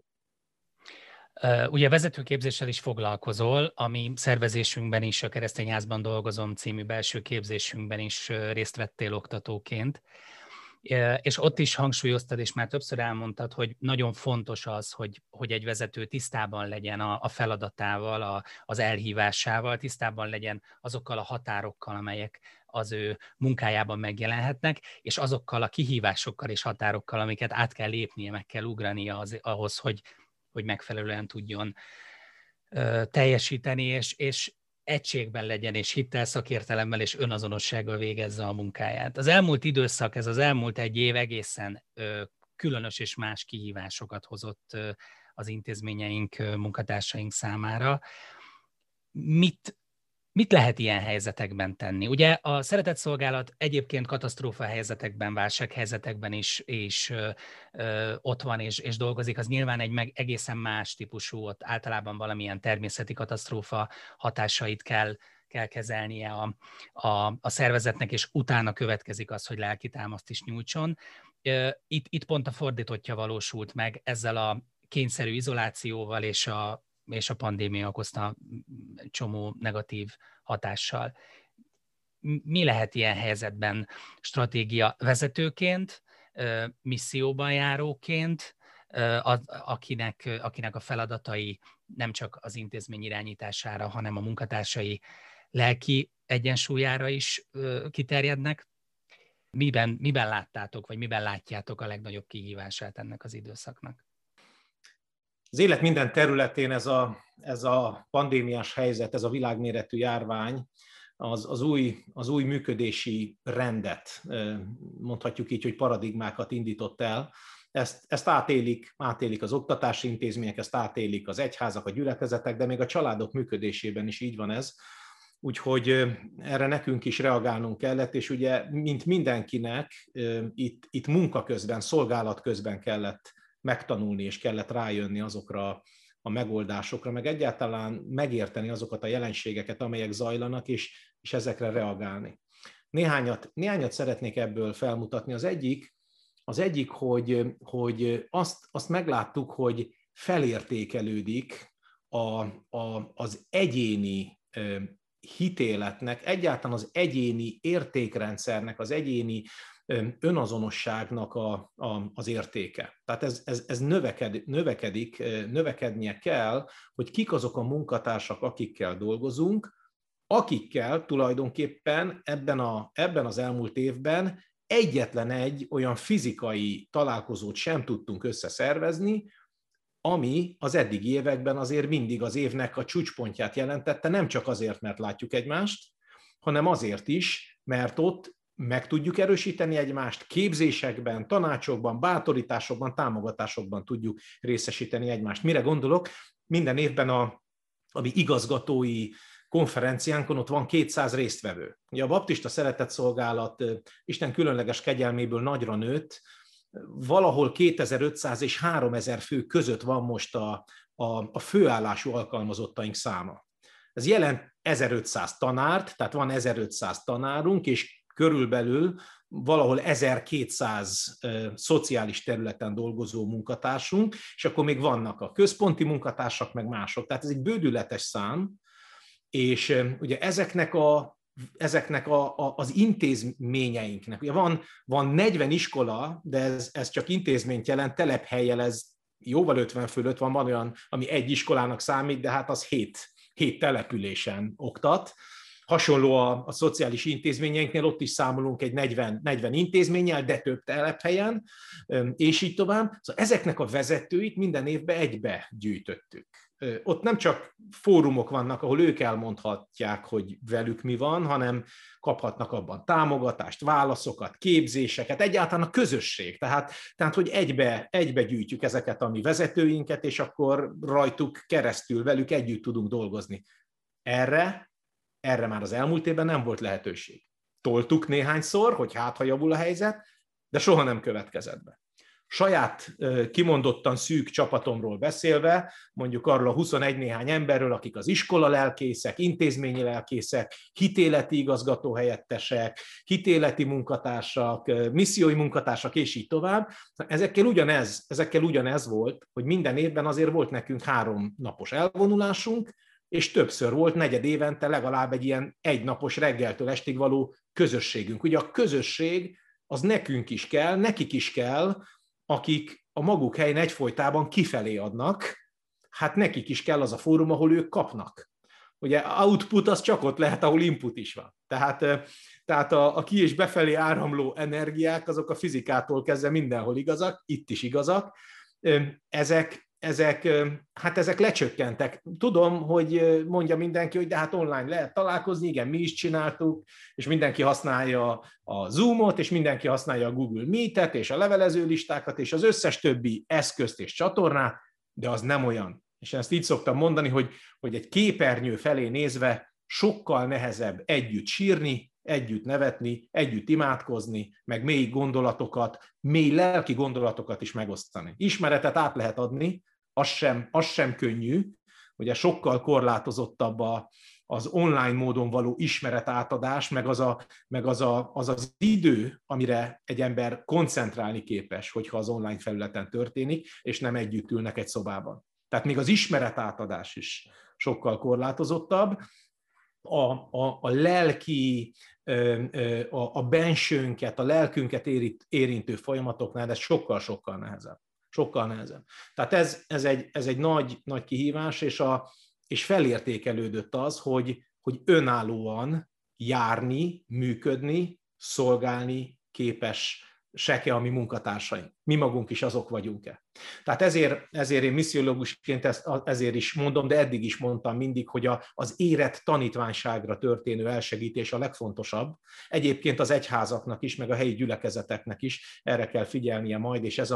Ugye vezetőképzéssel is foglalkozol, ami szervezésünkben is, a Keresztényházban dolgozom című belső képzésünkben is részt vettél oktatóként, és ott is hangsúlyoztad, és már többször elmondtad, hogy nagyon fontos az, hogy egy vezető tisztában legyen a feladatával, az elhívásával, tisztában legyen azokkal a határokkal, amelyek az ő munkájában megjelenhetnek, és azokkal a kihívásokkal és határokkal, amiket át kell lépnie, meg kell ugrania ahhoz, hogy megfelelően tudjon teljesíteni, és egységben legyen, és hittel, szakértelemmel és önazonossággal végezze a munkáját. Az elmúlt időszak, ez az elmúlt egy év egészen különös és más kihívásokat hozott az intézményeink, munkatársaink számára. Mit lehet ilyen helyzetekben tenni? Ugye a szeretetszolgálat egyébként katasztrófa helyzetekben, válsághelyzetekben is ott van és dolgozik, az nyilván egy egészen más típusú, ott általában valamilyen természeti katasztrófa hatásait kell kezelnie a szervezetnek, és utána következik az, hogy lelki támaszt is nyújtson. Itt pont a fordítottja valósult meg ezzel a kényszerű izolációval és a pandémia okozta csomó negatív hatással. Mi lehet ilyen helyzetben stratégia vezetőként, misszióban járóként, akinek a feladatai nem csak az intézmény irányítására, hanem a munkatársai lelki egyensúlyára is kiterjednek? Miben láttátok, vagy miben látjátok a legnagyobb kihívását ennek az időszaknak? Az élet minden területén ez a pandémiás helyzet, ez a világméretű járvány, az új működési rendet, mondhatjuk így, hogy paradigmákat indított el. Ezt átélik az oktatási intézmények, ezt átélik az egyházak, a gyülekezetek, de még a családok működésében is így van ez. Úgyhogy erre nekünk is reagálnunk kellett, és ugye, mint mindenkinek, itt munka közben, szolgálat közben kellett megtanulni, és kellett rájönni azokra a megoldásokra, meg egyáltalán megérteni azokat a jelenségeket, amelyek zajlanak, és ezekre reagálni. Néhányat szeretnék ebből felmutatni. Az egyik, hogy azt megláttuk, hogy felértékelődik az egyéni hitéletnek, egyáltalán az egyéni értékrendszernek, az egyéni önazonosságnak az értéke. Tehát ez növekednie kell, hogy kik azok a munkatársak, akikkel dolgozunk, akikkel tulajdonképpen ebben az elmúlt évben egyetlen egy olyan fizikai találkozót sem tudtunk összeszervezni, ami az eddigi években azért mindig az évnek a csúcspontját jelentette, nem csak azért, mert látjuk egymást, hanem azért is, mert ott meg tudjuk erősíteni egymást, képzésekben, tanácsokban, bátorításokban, támogatásokban tudjuk részesíteni egymást. Mire gondolok? Minden évben a mi igazgatói konferenciánkon ott van 200 résztvevő. Ugye a baptista szeretetszolgálat Isten különleges kegyelméből nagyra nőtt, valahol 2500 és 3000 fő között van most a főállású alkalmazottaink száma. Ez jelent 1500 tanárt, tehát van 1500 tanárunk, és körülbelül valahol 1200 szociális területen dolgozó munkatársunk, és akkor még vannak a központi munkatársak, meg mások. Tehát ez egy bődületes szám, és ugye ezeknek az intézményeinknek, ugye van 40 iskola, de ez csak intézményt jelent, telephellyel ez jóval 50 fölött van olyan, ami egy iskolának számít, de hát az 7 településen oktat. Hasonló a szociális intézményeinknél, ott is számolunk egy 40 intézménnyel, de több telephelyen, és így tovább. Szóval ezeknek a vezetőit minden évben egybe gyűjtöttük. Ott nem csak fórumok vannak, ahol ők elmondhatják, hogy velük mi van, hanem kaphatnak abban támogatást, válaszokat, képzéseket, egyáltalán a közösség. Tehát hogy egybe gyűjtjük ezeket a mi vezetőinket, és akkor rajtuk keresztül velük együtt tudunk dolgozni. Erre már az elmúlt évben nem volt lehetőség. Toltuk néhányszor, hogy hát ha javul a helyzet, de soha nem következett be. Saját kimondottan szűk csapatomról beszélve, mondjuk arról a 21 néhány emberről, akik az iskola lelkészek, intézményi lelkészek, hitéleti igazgatóhelyettesek, hitéleti munkatársak, missziói munkatársak, és így tovább. Ezekkel ugyanez volt, hogy minden évben azért volt nekünk 3 napos elvonulásunk, és többször volt negyed évente legalább egy ilyen egynapos reggeltől estig való közösségünk. Ugye a közösség az nekünk is kell, nekik is kell, akik a maguk helyén egyfolytában kifelé adnak, hát nekik is kell az a fórum, ahol ők kapnak. Ugye output az csak ott lehet, ahol input is van. Tehát Tehát a ki- és befelé áramló energiák, azok a fizikától kezdve mindenhol igazak, itt is igazak. Ezek lecsökkentek. Tudom, hogy mondja mindenki, hogy de hát online lehet találkozni, igen, mi is csináltuk, és mindenki használja a Zoomot, és mindenki használja a Google Meet-et, és a levelező listákat, és az összes többi eszközt és csatornát, de az nem olyan. És ezt így szoktam mondani, hogy egy képernyő felé nézve sokkal nehezebb együtt sírni, együtt nevetni, együtt imádkozni, meg mély gondolatokat, mély lelki gondolatokat is megosztani. Ismeretet át lehet adni, az sem könnyű, ugye sokkal korlátozottabb az online módon való ismeretátadás, meg az idő, amire egy ember koncentrálni képes, hogyha az online felületen történik, és nem együtt ülnek egy szobában. Tehát még az ismeretátadás is sokkal korlátozottabb. A lelki, a bensőnket, a lelkünket érintő folyamatoknál ez sokkal-sokkal nehezebb. Sokkal nehezebb. Tehát ez egy nagy kihívás, és felértékelődött az, hogy önállóan járni, működni, szolgálni képesek-e a mi munkatársaink. Mi magunk is azok vagyunk-e. Tehát ezért én missziológusként ezért is mondom, de eddig is mondtam mindig, hogy az érett tanítványságra történő elsegítés a legfontosabb. Egyébként az egyházaknak is, meg a helyi gyülekezeteknek is erre kell figyelnie majd, és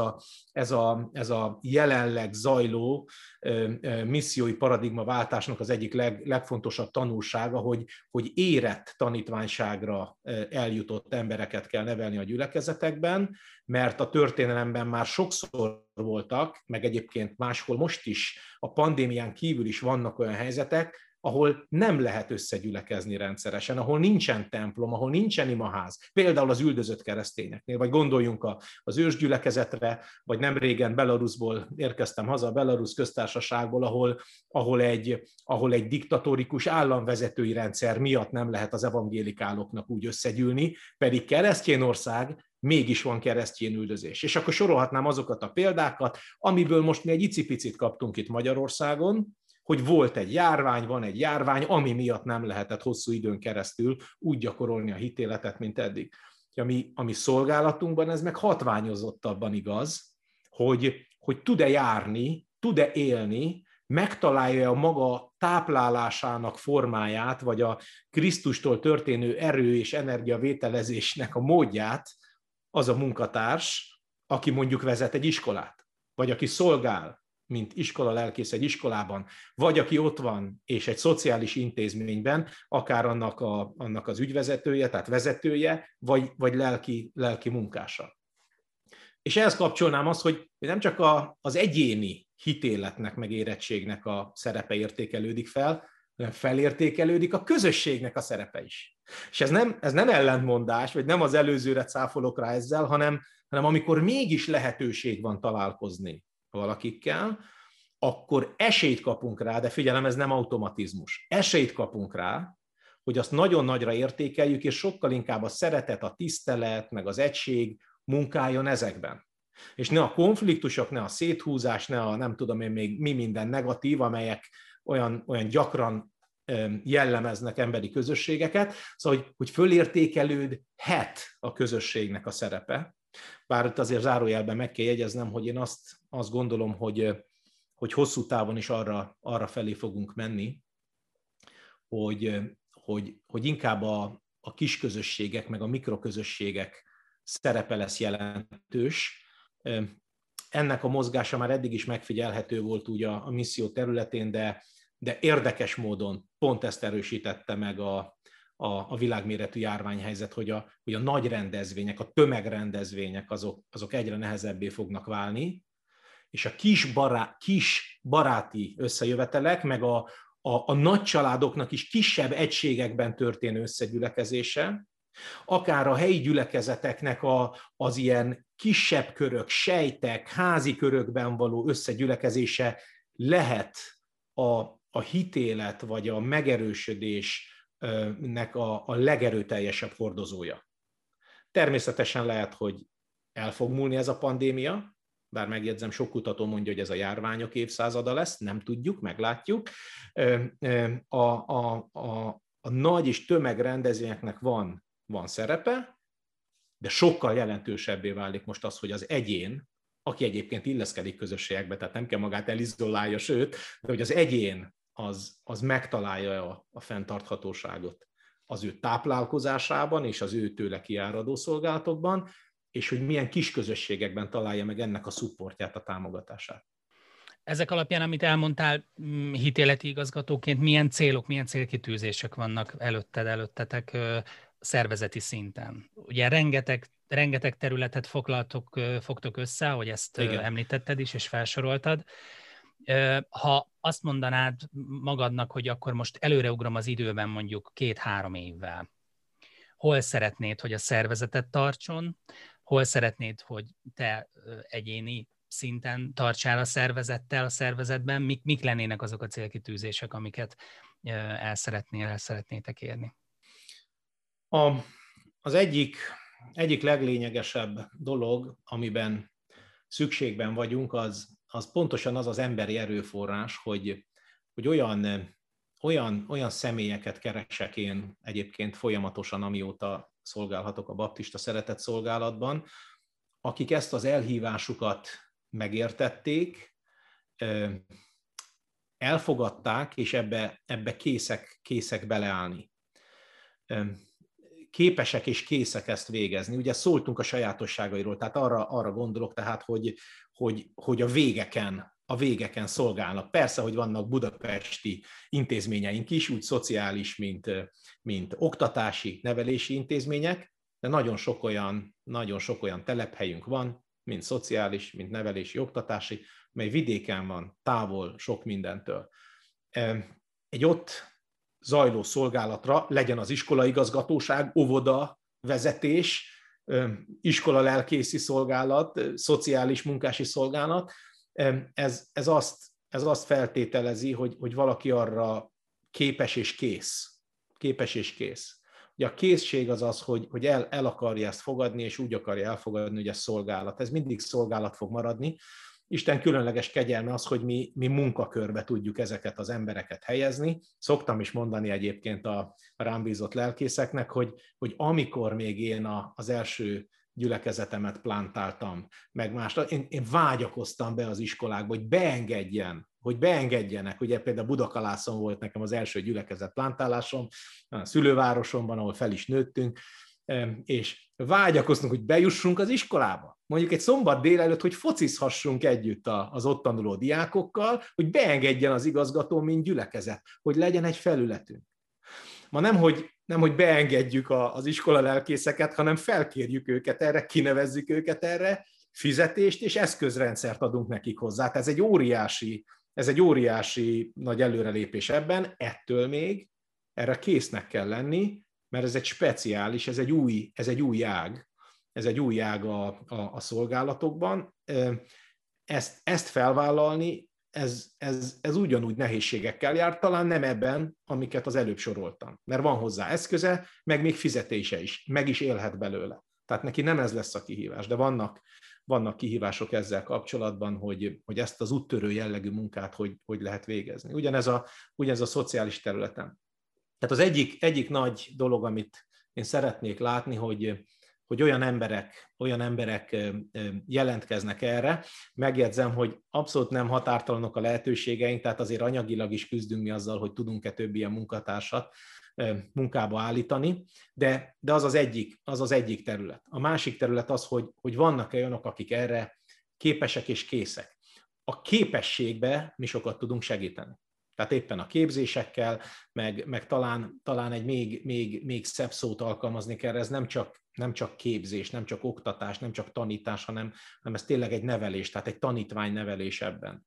ez a jelenleg zajló missziói paradigmaváltásnak az egyik legfontosabb tanulsága, hogy érett tanítványságra eljutott embereket kell nevelni a gyülekezetekben, mert a történelemben már sokszor voltak, meg egyébként máshol most is, a pandémián kívül is vannak olyan helyzetek, ahol nem lehet összegyülekezni rendszeresen, ahol nincsen templom, ahol nincsen imaház, például az üldözött keresztényeknél, vagy gondoljunk az ősgyülekezetre, vagy nem régen Belarusból érkeztem haza, a Belarusz köztársaságból, ahol egy diktatórikus államvezetői rendszer miatt nem lehet az evangélikáloknak úgy összegyűlni, pedig keresztény ország, mégis van keresztény üldözés. És akkor sorolhatnám azokat a példákat, amiből most mi egy icipicit kaptunk itt Magyarországon, hogy volt egy járvány, van egy járvány, ami miatt nem lehetett hosszú időn keresztül úgy gyakorolni a hitéletet, mint eddig. A mi szolgálatunkban ez meg hatványozottabban igaz, hogy tud-e járni, tud-e élni, megtalálja a maga táplálásának formáját, vagy a Krisztustól történő erő és energiavételezésnek a módját az a munkatárs, aki mondjuk vezet egy iskolát, vagy aki szolgál, mint iskolalelkész egy iskolában, vagy aki ott van, és egy szociális intézményben, akár annak az ügyvezetője, tehát vezetője, vagy lelki munkása. És ehhez kapcsolnám azt, hogy nem csak az egyéni hitéletnek, meg érettségnek a szerepe értékelődik fel, hanem felértékelődik a közösségnek a szerepe is. És ez nem ellentmondás, vagy nem az előzőre cáfolok rá ezzel, hanem amikor mégis lehetőség van találkozni valakikkel, akkor esélyt kapunk rá, de figyelem, ez nem automatizmus. Esélyt kapunk rá, hogy azt nagyon nagyra értékeljük, és sokkal inkább a szeretet, a tisztelet, meg az egység munkáljon ezekben. És ne a konfliktusok, ne a széthúzás, ne a nem tudom én még mi minden negatív, amelyek olyan gyakran jellemeznek emberi közösségeket, szóval, hogy fölértékelődhet a közösségnek a szerepe. Bár itt azért zárójelben meg kell jegyeznem, hogy én azt gondolom, hogy hosszú távon is arra felé fogunk menni, hogy inkább a kisközösségek, meg a mikroközösségek szerepe lesz jelentős. Ennek a mozgása már eddig is megfigyelhető volt ugye a misszió területén, de érdekes módon pont ezt erősítette meg a világméretű járványhelyzet, hogy a nagy rendezvények, a tömegrendezvények azok egyre nehezebbé fognak válni, és a kis baráti összejövetelek, meg a nagy családoknak is kisebb egységekben történő összegyülekezése, akár a helyi gyülekezeteknek az ilyen kisebb körök, sejtek, házi körökben való összegyülekezése lehet a hitélet vagy a megerősödésnek a legerőteljesebb hordozója. Természetesen lehet, hogy el fog múlni ez a pandémia, bár megjegyzem, sok kutató mondja, hogy ez a járványok évszázada lesz, nem tudjuk, meglátjuk. A nagy és tömegrendezvényeknek van van szerepe, de sokkal jelentősebbé válik most az, hogy az egyén, aki egyébként illeszkedik közösségekbe, tehát nem kell magát elizolálja, sőt, de hogy az egyén az megtalálja a fenntarthatóságot az ő táplálkozásában és az ő tőle kiáradó szolgálatokban, és hogy milyen kis közösségekben találja meg ennek a szupportját, a támogatását. Ezek alapján, amit elmondtál, hitéleti igazgatóként, milyen célok, milyen célkitűzések vannak előttetek szervezeti szinten? Ugye rengeteg területet fogtok össze, hogy ezt igen, említetted is, és felsoroltad. Ha azt mondanád magadnak, hogy akkor most előreugrom az időben mondjuk 2-3 évvel, hol szeretnéd, hogy a szervezetet tartson, hol szeretnéd, hogy te egyéni szinten tartsál a szervezettel, a szervezetben, mik lennének azok a célkitűzések, amiket el szeretnétek érni? Az egyik leglényegesebb dolog, amiben szükségben vagyunk, az pontosan az emberi erőforrás, hogy olyan személyeket keresek én egyébként folyamatosan, amióta szolgálhatok a baptista szeretetszolgálatban, akik ezt az elhívásukat megértették, elfogadták, és ebbe készek beleállni. Képesek és készek ezt végezni. Ugye szóltunk a sajátosságairól, tehát arra gondolok, tehát, hogy a végeken szolgálnak. Persze, hogy vannak budapesti intézményeink is, úgy szociális, mint oktatási, nevelési intézmények, de nagyon sok olyan telephelyünk van, mint szociális, mint nevelési, oktatási, mely vidéken van, távol sok mindentől. Egy ott zajló szolgálatra, legyen az iskolaigazgatóság, óvoda, vezetés, iskola lelkészi szolgálat, szociális munkási szolgálat, ez azt feltételezi, hogy valaki arra képes és kész. Képes és kész. Ugye a készség az, hogy el akarja ezt fogadni, és úgy akarja elfogadni, hogy ez szolgálat. Ez mindig szolgálat fog maradni. Isten különleges kegyelme az, hogy mi munkakörbe tudjuk ezeket az embereket helyezni. Szoktam is mondani egyébként a rám bízott lelkészeknek, hogy amikor még én az első gyülekezetemet plántáltam, meg más, én vágyakoztam be az iskolákba, hogy beengedjenek. Ugye például Budakalászon volt nekem az első gyülekezet plántálásom, a szülővárosomban, ahol fel is nőttünk, és vágyakoztunk, hogy bejussunk az iskolába. Mondjuk egy szombat délelőtt, hogy focizhassunk együtt az ott tanuló diákokkal, hogy beengedjen az igazgató, mint gyülekezet, hogy legyen egy felületünk. Ma nem, hogy beengedjük az iskola lelkészeket, hanem felkérjük őket erre, kinevezzük őket erre, fizetést és eszközrendszert adunk nekik hozzá. Tehát ez egy óriási nagy előrelépés ebben, ettől még erre késznek kell lenni, mert ez egy speciális, ez egy új ág a szolgálatokban. Ezt felvállalni, ez ugyanúgy nehézségekkel jár, talán nem ebben, amiket az előbb soroltam. Mert van hozzá eszköze, meg még fizetése is, meg is élhet belőle. Tehát neki nem ez lesz a kihívás, de vannak kihívások ezzel kapcsolatban, hogy ezt az úttörő jellegű munkát hogy lehet végezni. Ugyanez a szociális területen. Tehát az egyik nagy dolog, amit én szeretnék látni, hogy olyan emberek jelentkeznek erre. Megjegyzem, hogy abszolút nem határtalanok a lehetőségeink, tehát azért anyagilag is küzdünk mi azzal, hogy tudunk-e több ilyen munkatársat munkába állítani, de az az egyik terület. A másik terület az, hogy vannak olyanok, akik erre képesek és készek. A képességbe mi sokat tudunk segíteni. Tehát éppen a képzésekkel, meg talán egy még szebb szót alkalmazni kell, ez nem csak képzés, nem csak oktatás, nem csak tanítás, hanem ez tényleg egy nevelés, tehát egy tanítványnevelés ebben.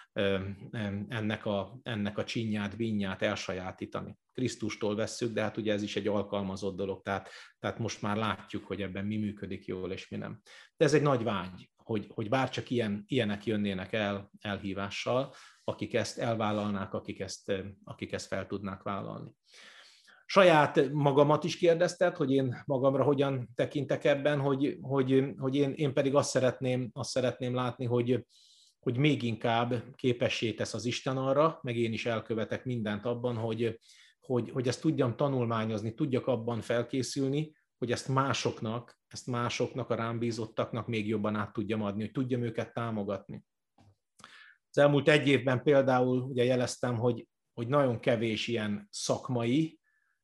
Ennek a csinyát, bínyát elsajátítani. Krisztustól vesszük, de hát ugye ez is egy alkalmazott dolog, tehát most már látjuk, hogy ebben mi működik jól és mi nem. De ez egy nagy vágy, hogy bárcsak ilyenek jönnének elhívással, akik ezt elvállalnák, akik ezt fel tudnák vállalni. Saját magamat is kérdezted, hogy én magamra hogyan tekintek ebben, hogy én pedig azt szeretném látni, hogy még inkább képessé tesz az Isten arra, meg én is elkövetek mindent abban, hogy ezt tudjam tanulmányozni, tudjak abban felkészülni, hogy ezt másoknak, a rám bízottaknak még jobban át tudjam adni, hogy tudjam őket támogatni. Az elmúlt egy évben például ugye jeleztem, hogy nagyon kevés ilyen szakmai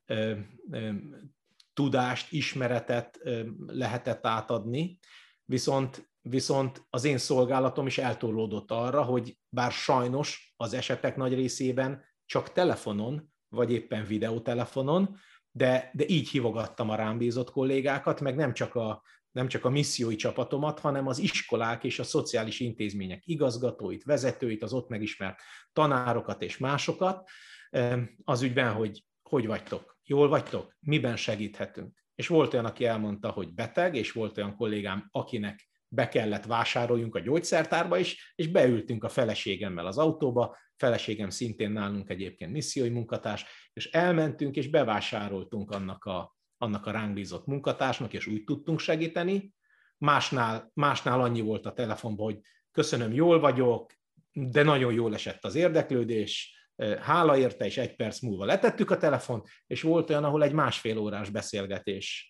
tudást, ismeretet lehetett átadni, viszont az én szolgálatom is eltorlódott arra, hogy bár sajnos az esetek nagy részében csak telefonon, vagy éppen videótelefonon, de így hívogattam a rám bízott kollégákat, meg nem csak a missziói csapatomat, hanem az iskolák és a szociális intézmények igazgatóit, vezetőit, az ott megismert tanárokat és másokat, az ügyben, hogy vagytok, jól vagytok, miben segíthetünk. És volt olyan, aki elmondta, hogy beteg, és volt olyan kollégám, akinek be kellett vásároljunk a gyógyszertárba is, és beültünk a feleségemmel az autóba, feleségem szintén nálunk egyébként missziói munkatárs, és elmentünk, és bevásároltunk annak a ránk bízott munkatársnak, és úgy tudtunk segíteni. Másnál annyi volt a telefonban, hogy köszönöm, jól vagyok, de nagyon jól esett az érdeklődés, hála érte, és 1 perc múlva letettük a telefont, és volt olyan, ahol egy 1,5 órás beszélgetés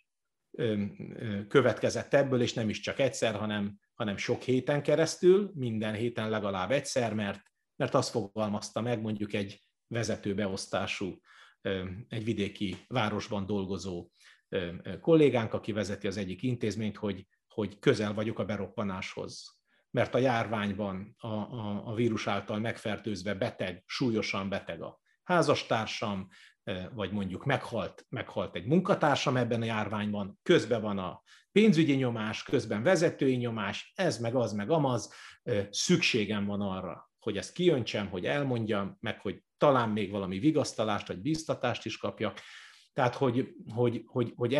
következett ebből, és nem is csak egyszer, hanem sok héten keresztül, minden héten legalább egyszer, mert azt fogalmazta meg mondjuk egy vezetőbeosztású, egy vidéki városban dolgozó kollégánk, aki vezeti az egyik intézményt, hogy közel vagyok a beroppanáshoz. Mert a járványban a vírus által megfertőzve beteg, súlyosan beteg a házastársam, vagy mondjuk meghalt egy munkatársam ebben a járványban, közben van a pénzügyi nyomás, közben vezetői nyomás, ez meg az, meg amaz, szükségem van arra, hogy ezt kijöntsem, hogy elmondjam, meg hogy talán még valami vigasztalást, vagy bíztatást is kapjak. Tehát, hogy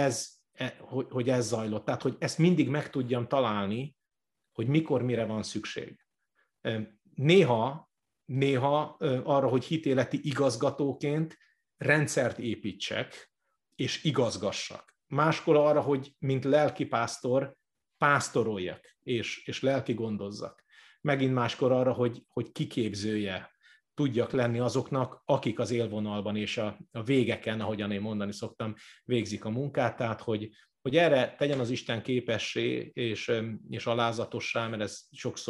ez zajlott. Tehát, hogy ezt mindig meg tudjam találni, hogy mikor, mire van szükség. Néha arra, hogy hitéleti igazgatóként rendszert építsek, és igazgassak. Máskor arra, hogy mint lelkipásztor pásztoroljak, és lelki gondozzak. Megint máskor arra, hogy kiképzője tudjak lenni azoknak, akik az élvonalban és a végeken, ahogyan én mondani szoktam, végzik a munkát, tehát hogy erre tegyen az Isten képessé és alázatossá, mert ez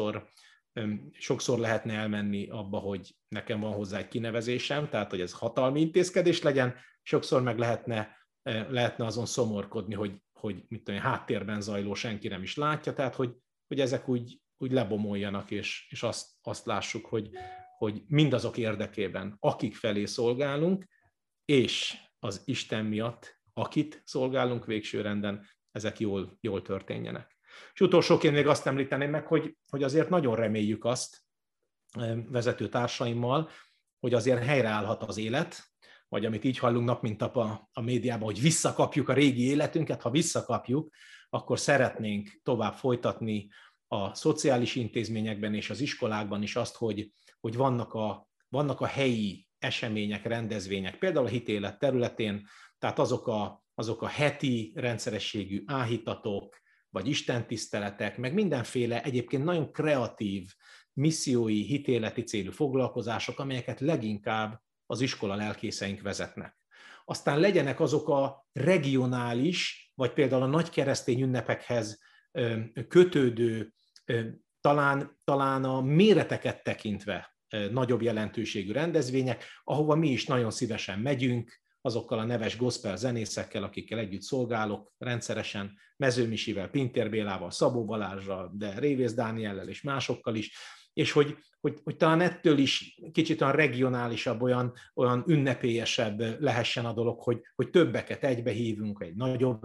sokszor lehetne elmenni abba, hogy nekem van hozzá egy kinevezésem, tehát hogy ez hatalmi intézkedés legyen, sokszor meg lehetne azon szomorkodni, hogy mit tudom, háttérben zajló senki nem is látja, tehát hogy ezek úgy lebomoljanak, és azt lássuk, hogy mindazok érdekében, akik felé szolgálunk, és az Isten miatt, akit szolgálunk végső renden, ezek jól történjenek. És utolsóként még azt említeném meg, hogy azért nagyon reméljük azt vezető társaimmal, hogy azért helyreállhat az élet, vagy amit így hallunk nap mint nap a médiában, hogy visszakapjuk a régi életünket, ha visszakapjuk, akkor szeretnénk tovább folytatni a szociális intézményekben és az iskolákban is azt, hogy vannak a helyi események, rendezvények, például a hitélet területén, tehát azok a heti rendszerességű áhítatok, vagy istentiszteletek, meg mindenféle egyébként nagyon kreatív, missziói, hitéleti célú foglalkozások, amelyeket leginkább az iskola lelkészeink vezetnek. Aztán legyenek azok a regionális, vagy például a nagy keresztény ünnepekhez kötődő, talán a méreteket tekintve nagyobb jelentőségű rendezvények, ahova mi is nagyon szívesen megyünk, azokkal a neves gospel zenészekkel, akikkel együtt szolgálok rendszeresen, Mező Misivel, Pintér Bélával, Szabó Balázsral, de Révész Dániellel és másokkal is, és hogy talán ettől is kicsit olyan regionálisabb, olyan ünnepélyesebb lehessen a dolog, hogy többeket egybehívunk, egy nagyobb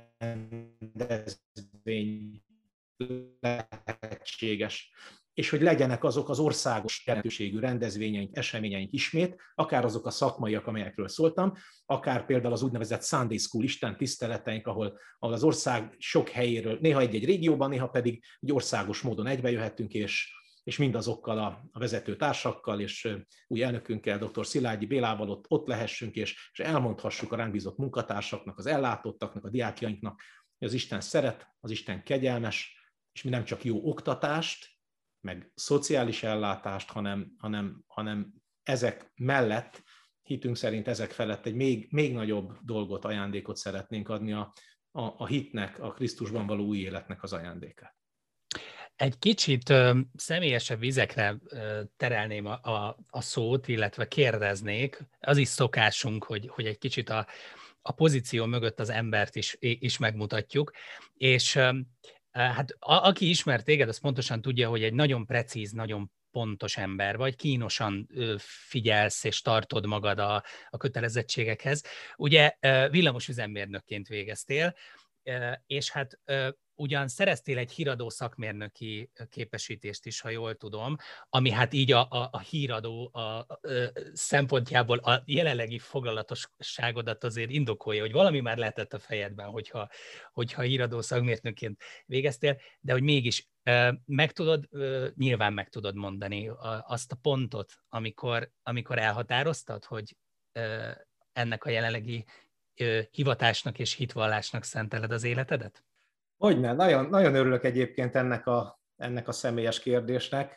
rendezvény lehetséges, és hogy legyenek azok az országos jelentőségű rendezvényeink, eseményeink ismét, akár azok a szakmaiak, amelyekről szóltam, akár például az úgynevezett Sunday School Isten tiszteleteink, ahol az ország sok helyéről, néha egy régióban, néha pedig országos módon egybejöhetünk, és mindazokkal a vezető társakkal és új elnökünkkel, dr. Szilágyi Bélával ott lehessünk, és elmondhassuk a ránk bízott munkatársaknak, az ellátottaknak, a diákjainknak, hogy az Isten szeret, az Isten kegyelmes, és mi nem csak jó oktatást, meg szociális ellátást, hanem ezek mellett, hitünk szerint ezek felett egy még nagyobb dolgot, ajándékot szeretnénk adni a hitnek, a Krisztusban való új életnek az ajándékát. Egy kicsit személyesebb vizekre terelném a szót, illetve kérdeznék. Az is szokásunk, hogy egy kicsit a pozíció mögött az embert is megmutatjuk. És hát aki ismer téged, az pontosan tudja, hogy egy nagyon precíz, nagyon pontos ember vagy, kínosan figyelsz és tartod magad a kötelezettségekhez. Ugye villamosüzemmérnökként végeztél, és hát ugyan szereztél egy híradó szakmérnöki képesítést is, ha jól tudom, ami hát így a híradó szempontjából a jelenlegi foglalatosságodat azért indokolja, hogy valami már lehetett a fejedben, hogyha híradó szakmérnökként végeztél, de hogy mégis nyilván meg tudod mondani azt a pontot, amikor elhatároztad, hogy ennek a jelenlegi hivatásnak és hitvallásnak szenteled az életedet? Hogyne, nagyon, nagyon örülök egyébként ennek a személyes kérdésnek,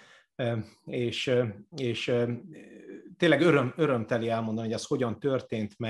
és tényleg örömteli elmondani, hogy ez hogyan történt,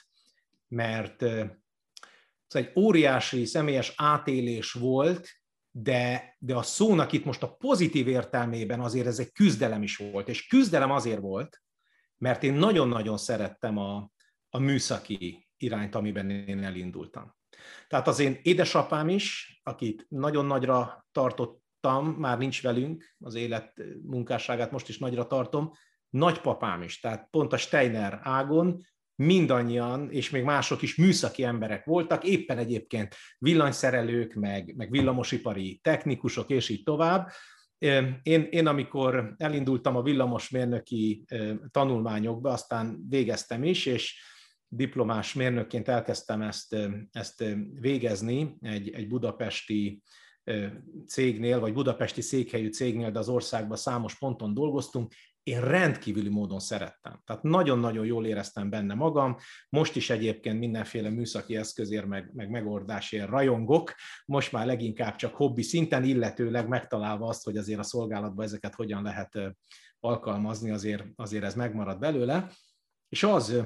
mert ez egy óriási személyes átélés volt, de a szónak itt most a pozitív értelmében azért ez egy küzdelem is volt, és küzdelem azért volt, mert én nagyon-nagyon szerettem a műszaki irányt, amiben én elindultam. Tehát az én édesapám is, akit nagyon nagyra tartottam, már nincs velünk, az élet munkásságát most is nagyra tartom, nagypapám is, tehát pont a Steiner ágon mindannyian, és még mások is műszaki emberek voltak, éppen egyébként villanyszerelők, meg villamosipari technikusok, és így tovább. Én amikor elindultam a villamosmérnöki tanulmányokba, aztán végeztem is, és diplomás mérnökként elkezdtem ezt végezni egy budapesti cégnél, vagy budapesti székhelyű cégnél, de az országban számos ponton dolgoztunk. Én rendkívüli módon szerettem. Tehát nagyon-nagyon jól éreztem benne magam. Most is egyébként mindenféle műszaki eszközért, meg megoldásért rajongok. Most már leginkább csak hobbi szinten, illetőleg megtalálva azt, hogy azért a szolgálatban ezeket hogyan lehet alkalmazni, azért ez megmarad belőle. És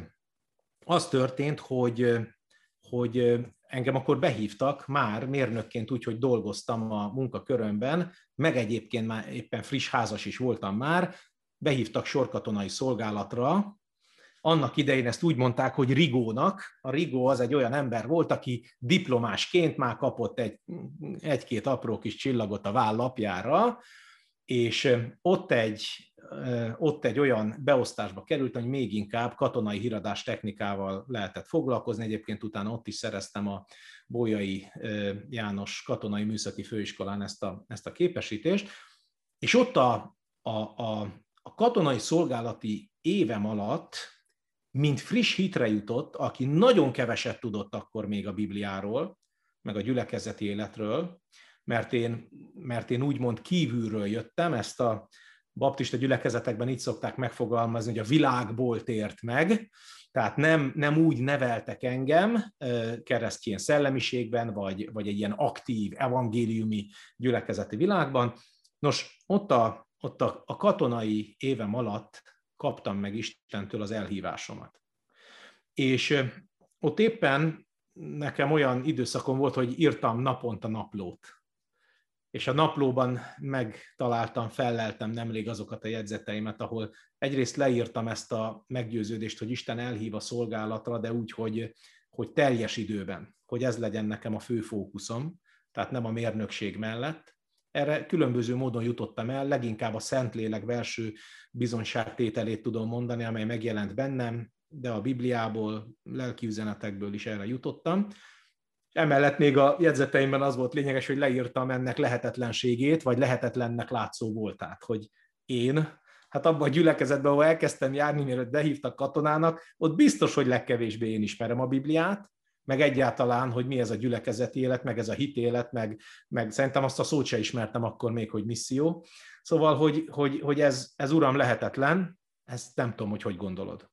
az történt, hogy engem akkor behívtak már mérnökként úgy, hogy dolgoztam a munkakörömben, meg egyébként már éppen friss házas is voltam már, behívtak sorkatonai szolgálatra. Annak idején ezt úgy mondták, hogy rigónak. A rigó az egy olyan ember volt, aki diplomásként már kapott egy-két apró kis csillagot a vállapjára, és ott egy olyan beosztásba került, hogy még inkább katonai híradás technikával lehetett foglalkozni. Egyébként utána ott is szereztem a Bolyai János Katonai Műszaki Főiskolán ezt a képesítést, és ott a katonai szolgálati évem alatt, mint friss hitre jutott, aki nagyon keveset tudott akkor még a Bibliáról, meg a gyülekezeti életről, mert én úgymond kívülről jöttem, ezt a baptista gyülekezetekben így szokták megfogalmazni, hogy a világból tért meg, tehát nem úgy neveltek engem keresztény szellemiségben, vagy egy ilyen aktív evangéliumi gyülekezeti világban. Nos, ott a katonai évem alatt kaptam meg Istentől az elhívásomat. És ott éppen nekem olyan időszakom volt, hogy írtam naponta naplót. És a naplóban megtaláltam, felleltem nemrég azokat a jegyzeteimet, ahol egyrészt leírtam ezt a meggyőződést, hogy Isten elhív a szolgálatra, de úgy, hogy teljes időben, hogy ez legyen nekem a fő fókuszom, tehát nem a mérnökség mellett. Erre különböző módon jutottam el, leginkább a Szentlélek belső bizonyságtételét tudom mondani, amely megjelent bennem, de a Bibliából, lelkiüzenetekből is erre jutottam. Emellett még a jegyzeteimben az volt lényeges, hogy leírtam ennek lehetetlenségét, vagy lehetetlennek látszó voltát, hogy én, hát abban a gyülekezetben, ahol elkezdtem járni, mielőtt behívtak katonának, ott biztos, hogy legkevésbé én ismerem a Bibliát, meg egyáltalán, hogy mi ez a gyülekezeti élet, meg ez a hitélet, meg szerintem azt a szót se ismertem akkor még, hogy misszió. Szóval, hogy ez uram lehetetlen, ezt nem tudom, hogy gondolod.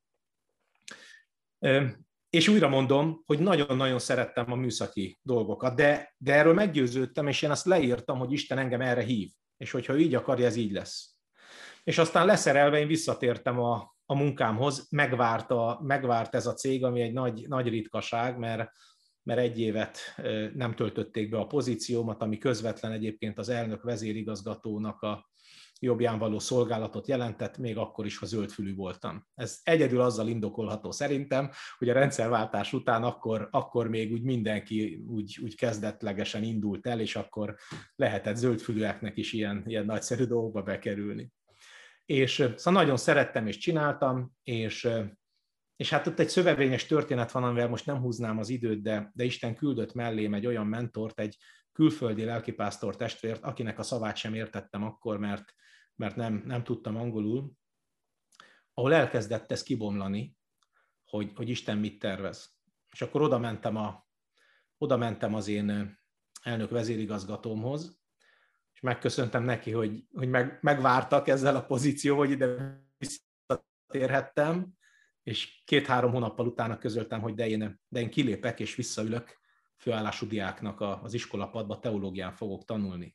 És újra mondom, hogy nagyon-nagyon szerettem a műszaki dolgokat, de erről meggyőződtem, és én azt leírtam, hogy Isten engem erre hív, és hogyha ő így akarja, ez így lesz. És aztán leszerelve én visszatértem a munkámhoz, megvárt ez a cég, ami egy nagy ritkaság, mert mert 1 évet nem töltötték be a pozíciómat, ami közvetlen egyébként az elnök vezérigazgatónak a jobbján való szolgálatot jelentett, még akkor is, ha zöldfülű voltam. Ez egyedül azzal indokolható szerintem, hogy a rendszerváltás után akkor még úgy mindenki úgy kezdetlegesen indult el, és akkor lehetett zöldfülűeknek is ilyen nagyszerű dolgokba bekerülni. És szóval nagyon szerettem és csináltam, és hát ott egy szövevényes történet van, amivel most nem húznám az időt, de Isten küldött mellém egy olyan mentort, egy külföldi lelkipásztor testvért, akinek a szavát sem értettem akkor, mert nem tudtam angolul, ahol elkezdett ez kibomlani, hogy Isten mit tervez. És akkor oda mentem az én elnök vezérigazgatómhoz, és megköszöntem neki, hogy megvártak ezzel a pozícióval, hogy ide visszatérhettem, és 2-3 hónappal utána közöltem, hogy de én kilépek és visszaülök főállású diáknak az iskolapadba, teológián fogok tanulni.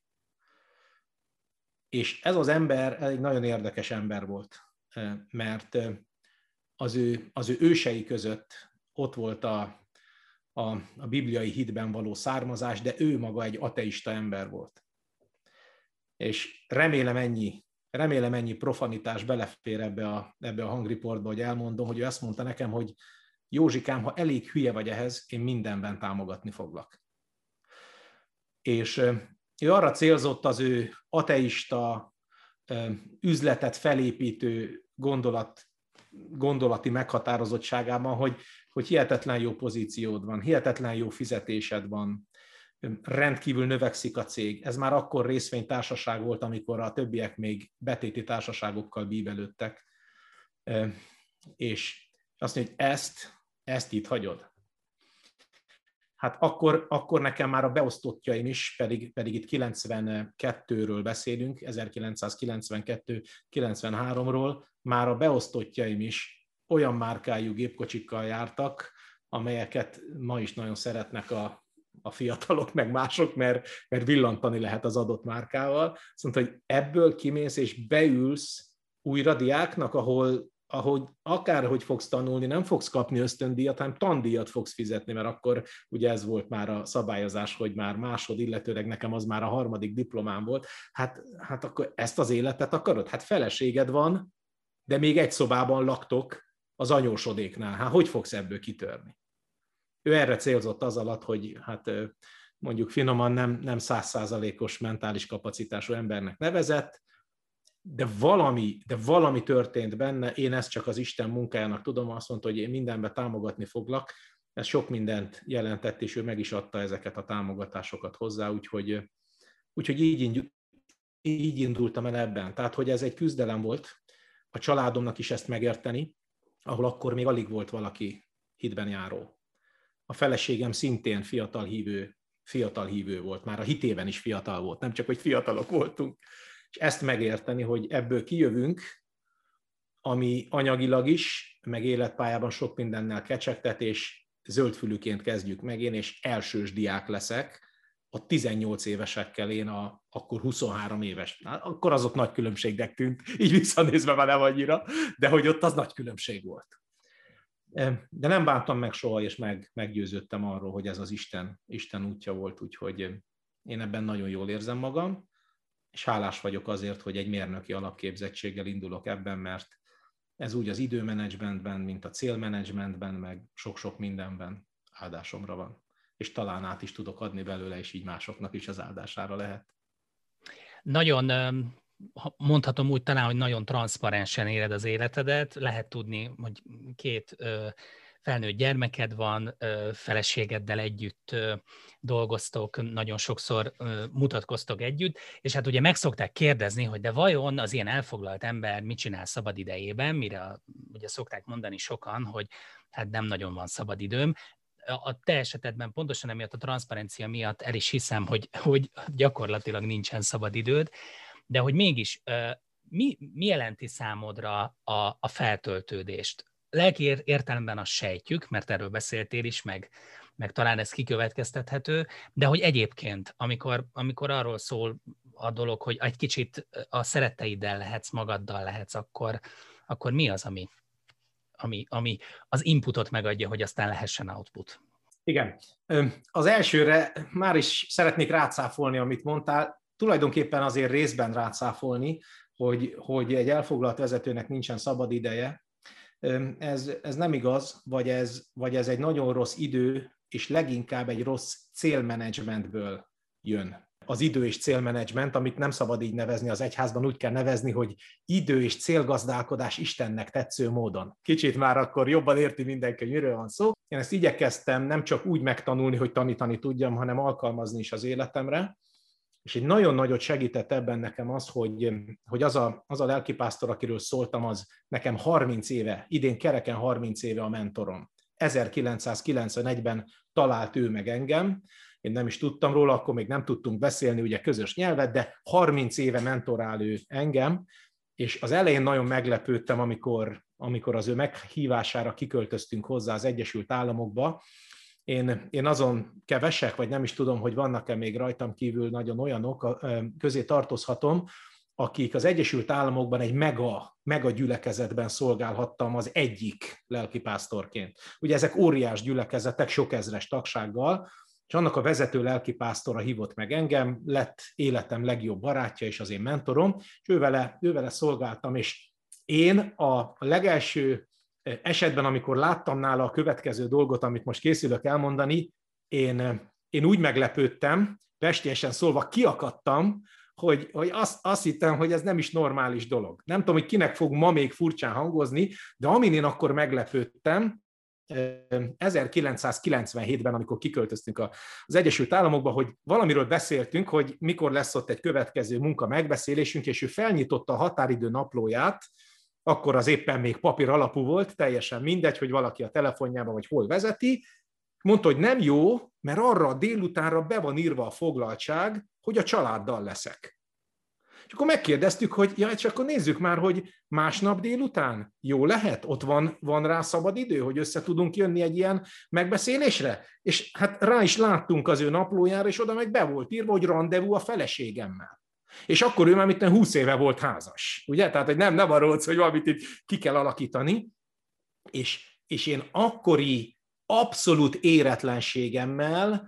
És ez az ember egy nagyon érdekes ember volt, mert az ő ősei között ott volt a bibliai hitben való származás, de ő maga egy ateista ember volt. És remélem ennyi profanitás belefér ebbe a hangriportba, hogy elmondom, hogy ő azt mondta nekem, hogy Józsikám, ha elég hülye vagy ehhez, én mindenben támogatni foglak. És ő arra célzott az ő ateista, üzletet felépítő gondolati meghatározottságában, hogy hihetetlen jó pozíciód van, hihetetlen jó fizetésed van, rendkívül növekszik a cég. Ez már akkor részvénytársaság volt, amikor a többiek még betéti társaságokkal bíbelődtek. És azt mondja, hogy ezt itt hagyod. Hát akkor nekem már a beosztottjaim is, pedig itt 92-ről beszélünk, 1992-93-ról, már a beosztottjaim is olyan márkájú gépkocsikkal jártak, amelyeket ma is nagyon szeretnek a fiatalok, meg mások, mert villantani lehet az adott márkával. Azt mondta, hogy ebből kimész és beülsz újra diáknak, ahogy akárhogy fogsz tanulni, nem fogsz kapni ösztöndíjat, hanem tandíjat fogsz fizetni, mert akkor ugye ez volt már a szabályozás, hogy már illetőleg nekem az már a 3. diplomám volt. Hát akkor ezt az életet akarod? Hát feleséged van, de még egy szobában laktok az anyósodéknál. Hát hogy fogsz ebből kitörni? Ő erre célzott az alatt, hogy hát mondjuk finoman nem 100%-os mentális kapacitású embernek nevezett, de valami történt benne, én ezt csak az Isten munkájának tudom, azt mondta, hogy én mindenben támogatni foglak, ez sok mindent jelentett, és ő meg is adta ezeket a támogatásokat hozzá, úgyhogy így indultam el ebben. Tehát, hogy ez egy küzdelem volt a családomnak is ezt megérteni, ahol akkor még alig volt valaki hitben járó. A feleségem szintén fiatal hívő volt, már a hitében is fiatal volt, nem csak, hogy fiatalok voltunk. És ezt megérteni, hogy ebből kijövünk, ami anyagilag is, meg életpályában sok mindennel kecsegtet, és zöldfülűként kezdjük meg én, és elsős diák leszek, a 18 évesekkel én akkor 23 éves. Akkor azok nagy különbségnek tűnt, így visszanézve már nem annyira, de hogy ott az nagy különbség volt. De nem bántam meg soha, és meggyőződtem arról, hogy ez az Isten útja volt, úgyhogy én ebben nagyon jól érzem magam, és hálás vagyok azért, hogy egy mérnöki alapképzettséggel indulok ebben, mert ez úgy az időmenedzsmentben, mint a célmenedzsmentben, meg sok-sok mindenben áldásomra van. És talán át is tudok adni belőle, és így másoknak is az áldására lehet. Nagyon, mondhatom úgy talán, hogy nagyon transzparensen éled az életedet. Lehet tudni, hogy 2 felnőtt gyermeked van, feleségeddel együtt dolgoztok, nagyon sokszor mutatkoztok együtt, és hát ugye meg szokták kérdezni, hogy de vajon az ilyen elfoglalt ember mit csinál szabad idejében, mire ugye szokták mondani sokan, hogy hát nem nagyon van szabad időm. A te esetedben pontosan emiatt a transzparencia miatt el is hiszem, hogy gyakorlatilag nincsen szabad időd, de hogy mégis mi jelenti számodra a feltöltődést? Lelki értelemben azt sejtjük, mert erről beszéltél is, meg talán ez kikövetkeztethető, de hogy egyébként, amikor arról szól a dolog, hogy egy kicsit a szeretteiddel lehetsz, magaddal lehetsz, akkor mi az, ami az inputot megadja, hogy aztán lehessen output? Igen. Az elsőre már is szeretnék rácáfolni, amit mondtál. Tulajdonképpen azért részben rácáfolni, hogy egy elfoglalt vezetőnek nincsen szabad ideje. Ez nem igaz, vagy ez egy nagyon rossz idő, és leginkább egy rossz célmenedzsmentből jön. Az idő és célmenedzsment, amit nem szabad így nevezni az egyházban, úgy kell nevezni, hogy idő és célgazdálkodás Istennek tetsző módon. Kicsit már akkor jobban érti mindenki, hogy miről van szó. Én ezt igyekeztem nem csak úgy megtanulni, hogy tanítani tudjam, hanem alkalmazni is az életemre. És egy nagyon nagyot segített ebben nekem az, hogy az a lelkipásztor, akiről szóltam, az nekem 30 éve, idén kereken 30 éve a mentorom. 1991-ben talált ő meg engem, én nem is tudtam róla, akkor még nem tudtunk beszélni ugye közös nyelvet, de 30 éve mentorál ő engem, és az elején nagyon meglepődtem, amikor az ő meghívására kiköltöztünk hozzá az Egyesült Államokba. Én azon kevesek, vagy nem is tudom, hogy vannak-e még rajtam kívül nagyon olyanok, közé tartozhatom, akik az Egyesült Államokban egy mega gyülekezetben szolgálhattam az egyik lelkipásztorként. Ugye ezek óriás gyülekezetek, sok ezres tagsággal, és annak a vezető lelkipásztora hívott meg engem, lett életem legjobb barátja és az én mentorom, és ővele szolgáltam, és én a legelső esetben, amikor láttam nála a következő dolgot, amit most készülök elmondani, én úgy meglepődtem, pestélyesen szólva kiakadtam, hogy azt hittem, hogy ez nem is normális dolog. Nem tudom, hogy kinek fog ma még furcsán hangozni, de amin én akkor meglepődtem, 1997-ben, amikor kiköltöztünk az Egyesült Államokba, hogy valamiről beszéltünk, hogy mikor lesz ott egy következő munka megbeszélésünk, és ő felnyitotta a határidő naplóját, akkor az éppen még papír alapú volt, teljesen mindegy, hogy valaki a telefonjában vagy hol vezeti, mondta, hogy nem jó, mert arra a délutánra be van írva a foglaltság, hogy a családdal leszek. És akkor megkérdeztük, hogy és akkor nézzük már, hogy másnap délután jó lehet? Ott van rá szabad idő, hogy össze tudunk jönni egy ilyen megbeszélésre? És hát rá is láttunk az ő naplójára, és oda meg be volt írva, hogy randevú a feleségemmel. És akkor ő már mitten 20 éve volt házas. Ugye? Tehát, hogy nem arról, hogy valamit itt ki kell alakítani. És én akkori abszolút éretlenségemmel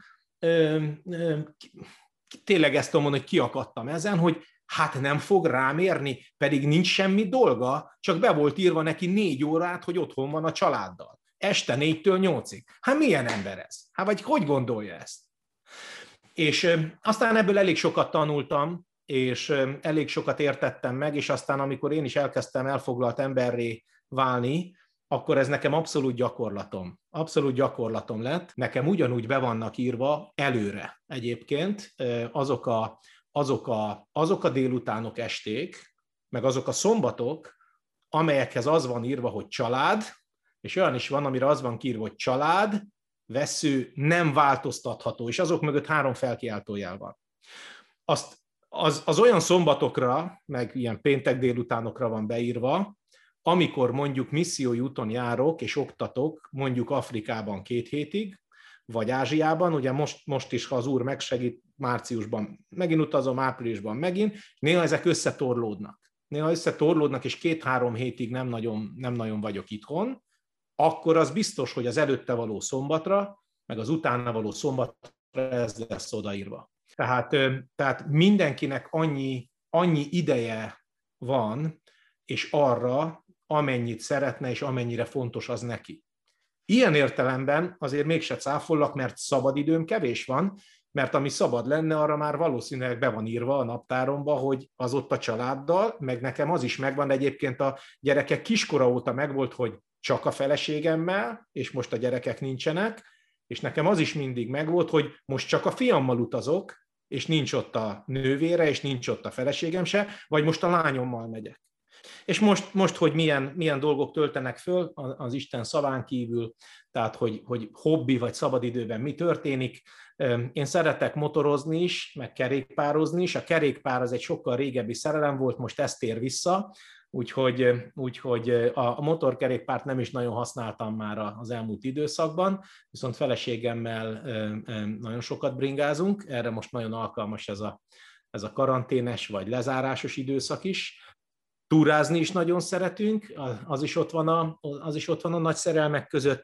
tényleg ezt tudom mondani, hogy kiakadtam ezen, hogy hát nem fog rám érni, pedig nincs semmi dolga, csak be volt írva neki 4 órát, hogy otthon van a családdal. Este 4-től 8-ig. Hát milyen ember ez? Hát vagy hogy gondolja ezt? És aztán ebből elég sokat tanultam, és elég sokat értettem meg, és aztán amikor én is elkezdtem elfoglalt emberré válni, akkor ez nekem abszolút gyakorlatom lett. Nekem ugyanúgy be vannak írva előre egyébként azok a délutánok, esték, meg azok a szombatok, amelyekhez az van írva, hogy család, és olyan is van, amire az van kiírva, hogy család, vessző, nem változtatható, és azok mögött 3 felkiáltójel van. Az olyan szombatokra, meg ilyen péntek délutánokra van beírva, amikor mondjuk missziói úton járok és oktatok, mondjuk Afrikában 2 hétig, vagy Ázsiában, ugye most is, ha az Úr megsegít, márciusban megint utazom, áprilisban megint, néha ezek összetorlódnak. És 2-3 hétig nem nagyon vagyok itthon, akkor az biztos, hogy az előtte való szombatra, meg az utána való szombatra ez lesz odaírva. Tehát mindenkinek annyi ideje van, és arra, amennyit szeretne, és amennyire fontos az neki. Ilyen értelemben azért mégse cáfollak, mert szabadidőm kevés van, mert ami szabad lenne, arra már valószínűleg be van írva a naptáromba, hogy az ott a családdal, meg nekem az is megvan, de egyébként a gyerekek kiskora óta megvolt, hogy csak a feleségemmel, és most a gyerekek nincsenek, és nekem az is mindig megvolt, hogy most csak a fiammal utazok, és nincs ott a nővére, és nincs ott a feleségem se, vagy most a lányommal megyek. És most hogy milyen dolgok töltenek föl az Isten szaván kívül, tehát hogy hobbi vagy szabadidőben mi történik. Én szeretek motorozni is, meg kerékpározni is. A kerékpár az egy sokkal régebbi szerelem volt, most ez tér vissza, úgyhogy a motorkerékpárt nem is nagyon használtam már az elmúlt időszakban, viszont feleségemmel nagyon sokat bringázunk, erre most nagyon alkalmas ez a karanténes vagy lezárásos időszak is. Túrázni is nagyon szeretünk, az is ott van a nagy szerelmek között,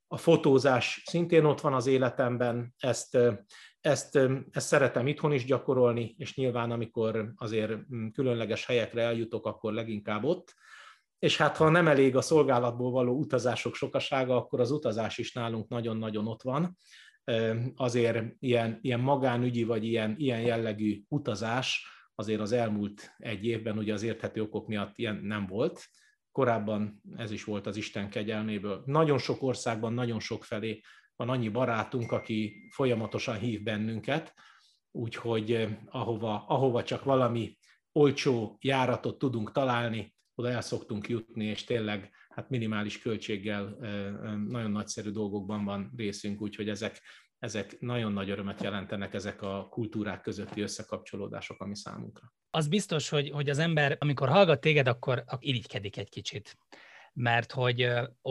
A fotózás szintén ott van az életemben, ezt szeretem itthon is gyakorolni, és nyilván amikor azért különleges helyekre eljutok, akkor leginkább ott. És hát ha nem elég a szolgálatból való utazások sokasága, akkor az utazás is nálunk nagyon-nagyon ott van. Azért ilyen magánügyi vagy ilyen jellegű utazás azért az elmúlt egy évben ugye az érthető okok miatt ilyen nem volt. Korábban ez is volt az Isten kegyelméből. Nagyon sok országban, nagyon sok felé van annyi barátunk, aki folyamatosan hív bennünket, úgyhogy ahova csak valami olcsó járatot tudunk találni, oda el szoktunk jutni, és tényleg hát minimális költséggel nagyon nagyszerű dolgokban van részünk, úgyhogy ezek nagyon nagy örömet jelentenek, ezek a kultúrák közötti összekapcsolódások, ami számunkra. Az biztos, hogy az ember, amikor hallgat téged, akkor irigykedik egy kicsit, mert hogy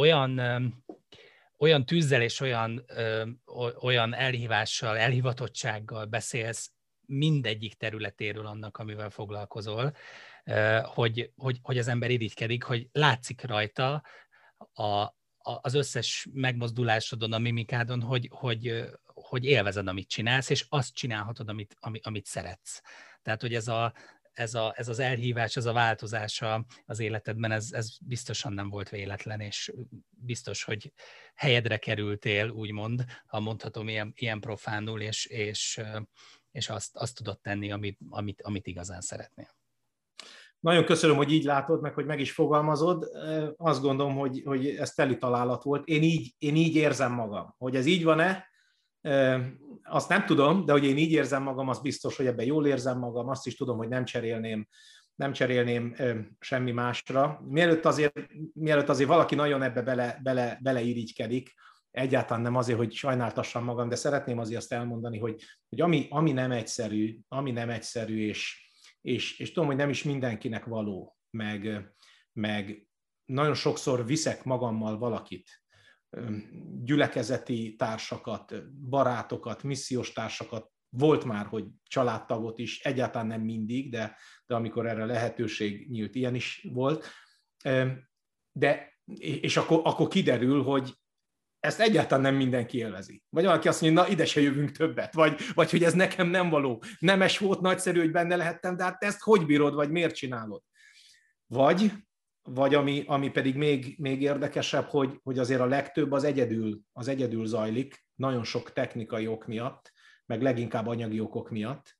olyan tűzzel és olyan elhívással, elhivatottsággal beszélsz mindegyik területéről annak, amivel foglalkozol, hogy az ember irigykedik, hogy látszik rajta az összes megmozdulásodon, a mimikádon, hogy élvezed, amit csinálsz, és azt csinálhatod, amit szeretsz. Tehát, hogy ez az elhívás, ez a változása az életedben, ez biztosan nem volt véletlen, és biztos, hogy helyedre kerültél, úgymond, ha mondhatom ilyen profánul, és azt tudod tenni, amit igazán szeretnél. Nagyon köszönöm, hogy így látod, meg hogy meg is fogalmazod. Azt gondolom, hogy ez teli találat volt. Én így érzem magam. Hogy ez így van-e, azt nem tudom, de hogy én így érzem magam, az biztos, hogy ebben jól érzem magam. Azt is tudom, hogy nem cserélném semmi másra. Mielőtt azért valaki nagyon ebbe beleirigykedik, egyáltalán nem azért, hogy sajnáltassam magam, de szeretném azért azt elmondani, hogy ami nem egyszerű, és tudom, hogy nem is mindenkinek való, meg nagyon sokszor viszek magammal valakit, gyülekezeti társakat, barátokat, missziós társakat, volt már, hogy családtagot is, egyáltalán nem mindig, de amikor erre lehetőség nyílt, ilyen is volt. És akkor kiderül, hogy ezt egyáltalán nem mindenki élvezi. Vagy valaki azt mondja, na ide se jövünk többet, vagy hogy ez nekem nem való. Nemes volt, nagyszerű, hogy benne lehettem, de hát te ezt hogy bírod, vagy miért csinálod? Vagy ami pedig még érdekesebb, hogy azért a legtöbb az egyedül zajlik, nagyon sok technikai ok miatt, meg leginkább anyagi okok miatt.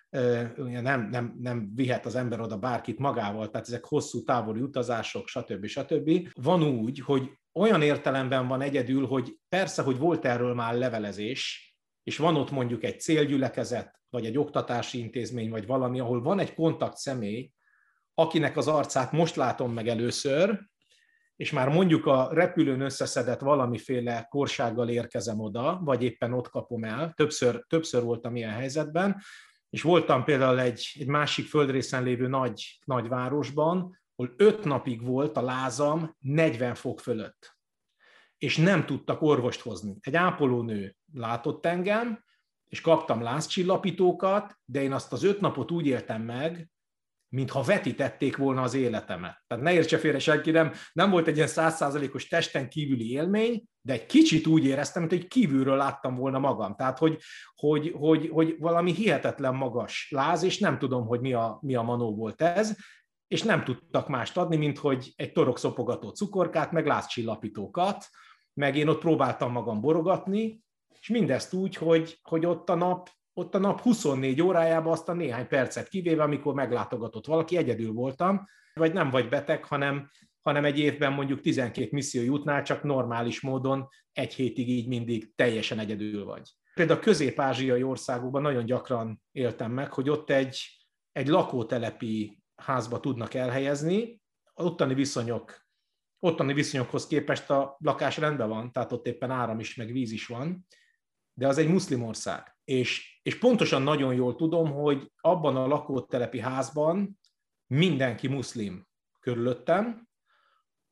Nem vihet az ember oda bárkit magával, tehát ezek hosszú távoli utazások, stb. Van úgy, hogy olyan értelemben van egyedül, hogy persze, hogy volt erről már levelezés, és van ott mondjuk egy célgyülekezet, vagy egy oktatási intézmény, vagy valami, ahol van egy kontakt személy, akinek az arcát most látom meg először, és már mondjuk a repülőn összeszedett valamiféle korsággal érkezem oda, vagy éppen ott kapom el. Többször voltam ilyen helyzetben, és voltam például egy másik földrészen lévő nagy városban, ahol 5 napig volt a lázam 40 fok fölött, és nem tudtak orvost hozni. Egy ápolónő látott engem, és kaptam lázcsillapítókat, de én azt az 5 napot úgy éltem meg, mintha vetítették volna az életemet. Tehát ne értse félre senki, nem volt egy ilyen 100%-os testen kívüli élmény, de egy kicsit úgy éreztem, mint hogy kívülről láttam volna magam. Tehát, hogy valami hihetetlen magas láz, és nem tudom, hogy mi a manó volt ez, és nem tudtak mást adni, mint hogy egy torokszopogató cukorkát, meg lázcsillapítókat, meg én ott próbáltam magam borogatni, és mindezt úgy, hogy ott a nap 24 órájában azt a néhány percet kivéve, amikor meglátogatott valaki, egyedül voltam, vagy nem vagy beteg, hanem egy évben mondjuk 12 missziói útnál csak normális módon egy hétig így mindig teljesen egyedül vagy. Például a közép-ázsiai országokban nagyon gyakran éltem meg, hogy ott egy lakótelepi házba tudnak elhelyezni, ottani viszonyokhoz képest a lakás rendben van, tehát ott éppen áram is, meg víz is van, de az egy muszlim ország. És pontosan nagyon jól tudom, hogy abban a lakótelepi házban mindenki muszlim körülöttem,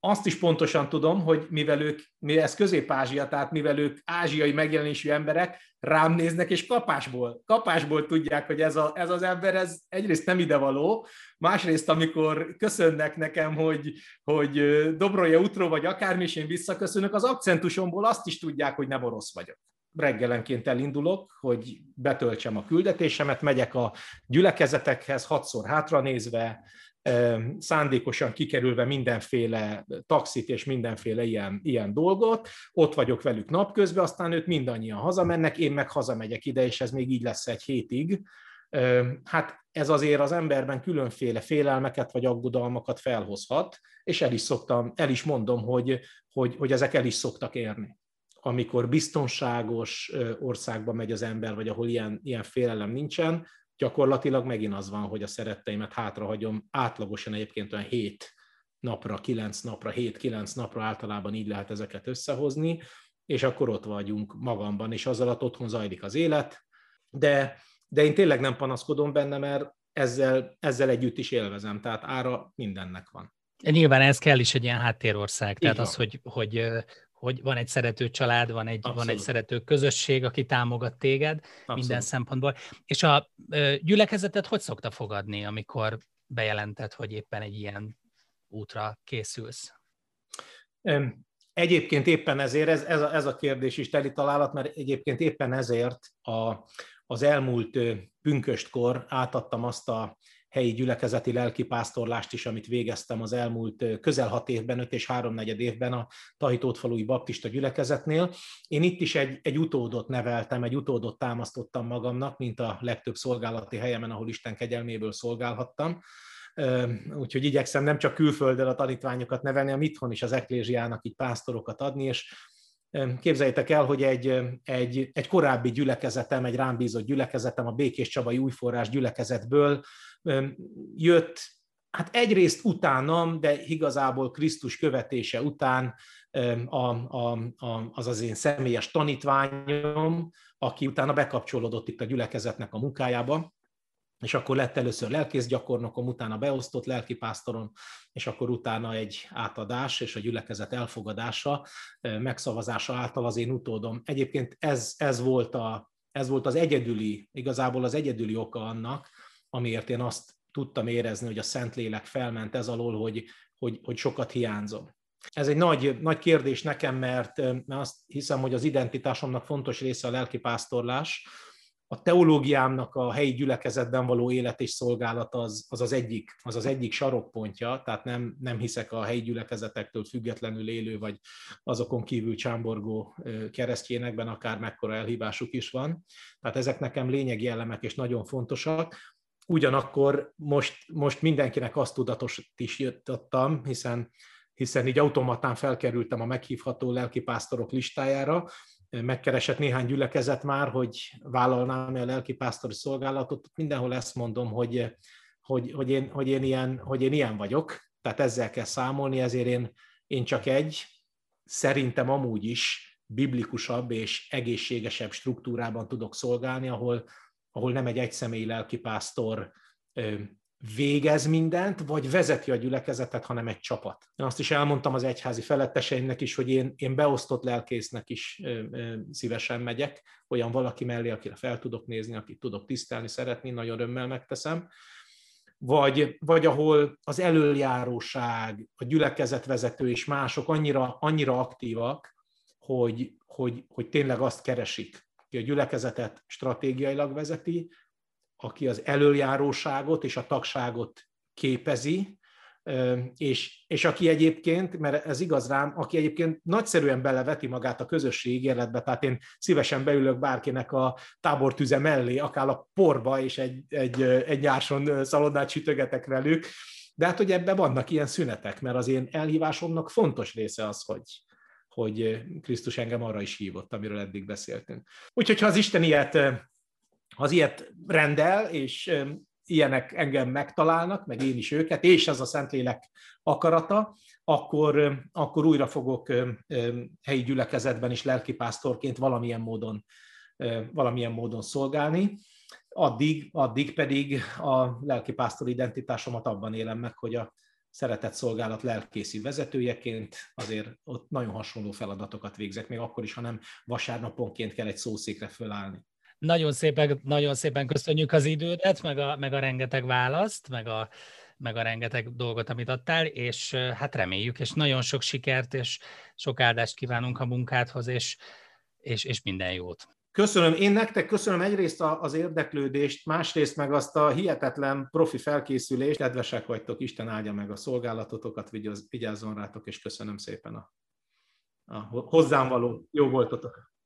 azt is pontosan tudom, hogy mivel ez Közép-Ázsia, tehát mivel ők ázsiai megjelenésű emberek, rám néznek, és kapásból tudják, hogy ez az ember, ez egyrészt nem idevaló, másrészt, amikor köszönnek nekem, hogy Dobroje Utro vagy akármi, és én visszaköszönök, az akcentusomból azt is tudják, hogy nem orosz vagyok. Reggelenként elindulok, hogy betöltsem a küldetésemet, megyek a gyülekezetekhez, 6-szor hátranézve, szándékosan kikerülve mindenféle taxit és mindenféle ilyen dolgot, ott vagyok velük napközben, aztán ők mindannyian hazamennek, én meg hazamegyek ide, és ez még így lesz egy hétig. Hát ez azért az emberben különféle félelmeket vagy aggodalmakat felhozhat, és el is mondom, hogy ezek el is szoktak érni. Amikor biztonságos országba megy az ember, vagy ahol ilyen félelem nincsen, gyakorlatilag megint az van, hogy a szeretteimet hátrahagyom, átlagosan egyébként olyan 7 napra, 9 napra, 7-9 napra általában így lehet ezeket összehozni, és akkor ott vagyunk magamban, és az alatt otthon zajlik az élet, de én tényleg nem panaszkodom benne, mert ezzel együtt is élvezem, tehát ára mindennek van. Nyilván ez kell is egy ilyen háttérország, tehát az, hogy van egy szerető család, van egy szerető közösség, aki támogat téged minden szempontból. És a gyülekezetet hogy szokta fogadni, amikor bejelented, hogy éppen egy ilyen útra készülsz? Egyébként éppen ezért, ez a kérdés is teli találat, mert egyébként éppen ezért az elmúlt pünköstkor átadtam azt a helyi gyülekezeti lelkipásztorlást is, amit végeztem az elmúlt közel 6 évben, 5 és 3/4 évben a Tahitótfalui Baptista gyülekezetnél. Én itt is egy utódot neveltem, egy utódot támasztottam magamnak, mint a legtöbb szolgálati helyemen, ahol Isten kegyelméből szolgálhattam. Úgyhogy igyekszem nem csak külföldön a tanítványokat nevelni, hanem itthon is az eklézsiának így pásztorokat adni, és képzeljétek el, hogy egy korábbi gyülekezetem, egy rám bízott gyülekezetem, a Békés Csabai Újforrás gyülekezetből jött, hát egyrészt utánam, de igazából Krisztus követése után az én személyes tanítványom, aki utána bekapcsolódott itt a gyülekezetnek a munkájába, és akkor lett először lelkészgyakornokom, utána beosztott lelkipásztorom, és akkor utána egy átadás és a gyülekezet elfogadása, megszavazása által az én utódom. Egyébként ez volt az egyedüli, igazából az egyedüli oka annak, amiért én azt tudtam érezni, hogy a Szentlélek felment ez alól, hogy sokat hiányzom. Ez egy nagy kérdés nekem, mert azt hiszem, hogy az identitásomnak fontos része a lelkipásztorlás. A teológiámnak a helyi gyülekezetben való élet és szolgálat az egyik sarokpontja, tehát nem hiszek a helyi gyülekezetektől függetlenül élő, vagy azokon kívül csámborgó keresztjénekben, akár mekkora elhívásuk is van. Tehát ezek nekem lényegi elemek és nagyon fontosak. Ugyanakkor most mindenkinek azt tudatosítottam, hiszen így automatán felkerültem a meghívható lelkipásztorok listájára, megkeresett néhány gyülekezet már, hogy vállalnám-e a lelkipásztori szolgálatot. Mindenhol ezt mondom, hogy én ilyen vagyok, tehát ezzel kell számolni, ezért én csak egy, szerintem amúgy is biblikusabb és egészségesebb struktúrában tudok szolgálni, ahol nem egy egyszemélyi lelkipásztor végez mindent, vagy vezeti a gyülekezetet, hanem egy csapat. Én azt is elmondtam az egyházi feletteseimnek is, hogy én beosztott lelkésznek is szívesen megyek, olyan valaki mellé, akire fel tudok nézni, akit tudok tisztelni, szeretni, nagyon örömmel megteszem. Vagy ahol az elöljáróság, a gyülekezetvezető és mások annyira aktívak, hogy tényleg azt keresik, ki a gyülekezetet stratégiailag vezeti, aki az elöljáróságot és a tagságot képezi, és aki egyébként, mert ez igaz rám, aki egyébként nagyszerűen beleveti magát a közösségi életbe, tehát én szívesen beülök bárkinek a tábortüze mellé, akár a porba, és egy nyárson szalonnát sütögetek velük, de hát, hogy ebben vannak ilyen szünetek, mert az én elhívásomnak fontos része az, hogy Krisztus engem arra is hívott, amiről eddig beszéltünk. Úgyhogy ha az Isten ilyet rendel, és ilyenek engem megtalálnak, meg én is őket, és ez a Szentlélek akarata, akkor újra fogok helyi gyülekezetben is lelkipásztorként valamilyen módon szolgálni. Addig pedig a lelkipásztor identitásomat abban élem meg, hogy a szeretett szolgálat lelkészi vezetőjeként azért ott nagyon hasonló feladatokat végzek, még akkor is, ha nem vasárnaponként kell egy szószékre fölállni. Nagyon szépen köszönjük az idődet, meg a rengeteg választ, meg a rengeteg dolgot, amit adtál, és hát reméljük, és nagyon sok sikert, és sok áldást kívánunk a munkádhoz, és minden jót. Köszönöm. Én nektek köszönöm egyrészt az érdeklődést, másrészt meg azt a hihetetlen profi felkészülést. Kedvesek vagytok, Isten áldja meg a szolgálatotokat, vigyázzon rátok, és köszönöm szépen a hozzám való jó voltatok.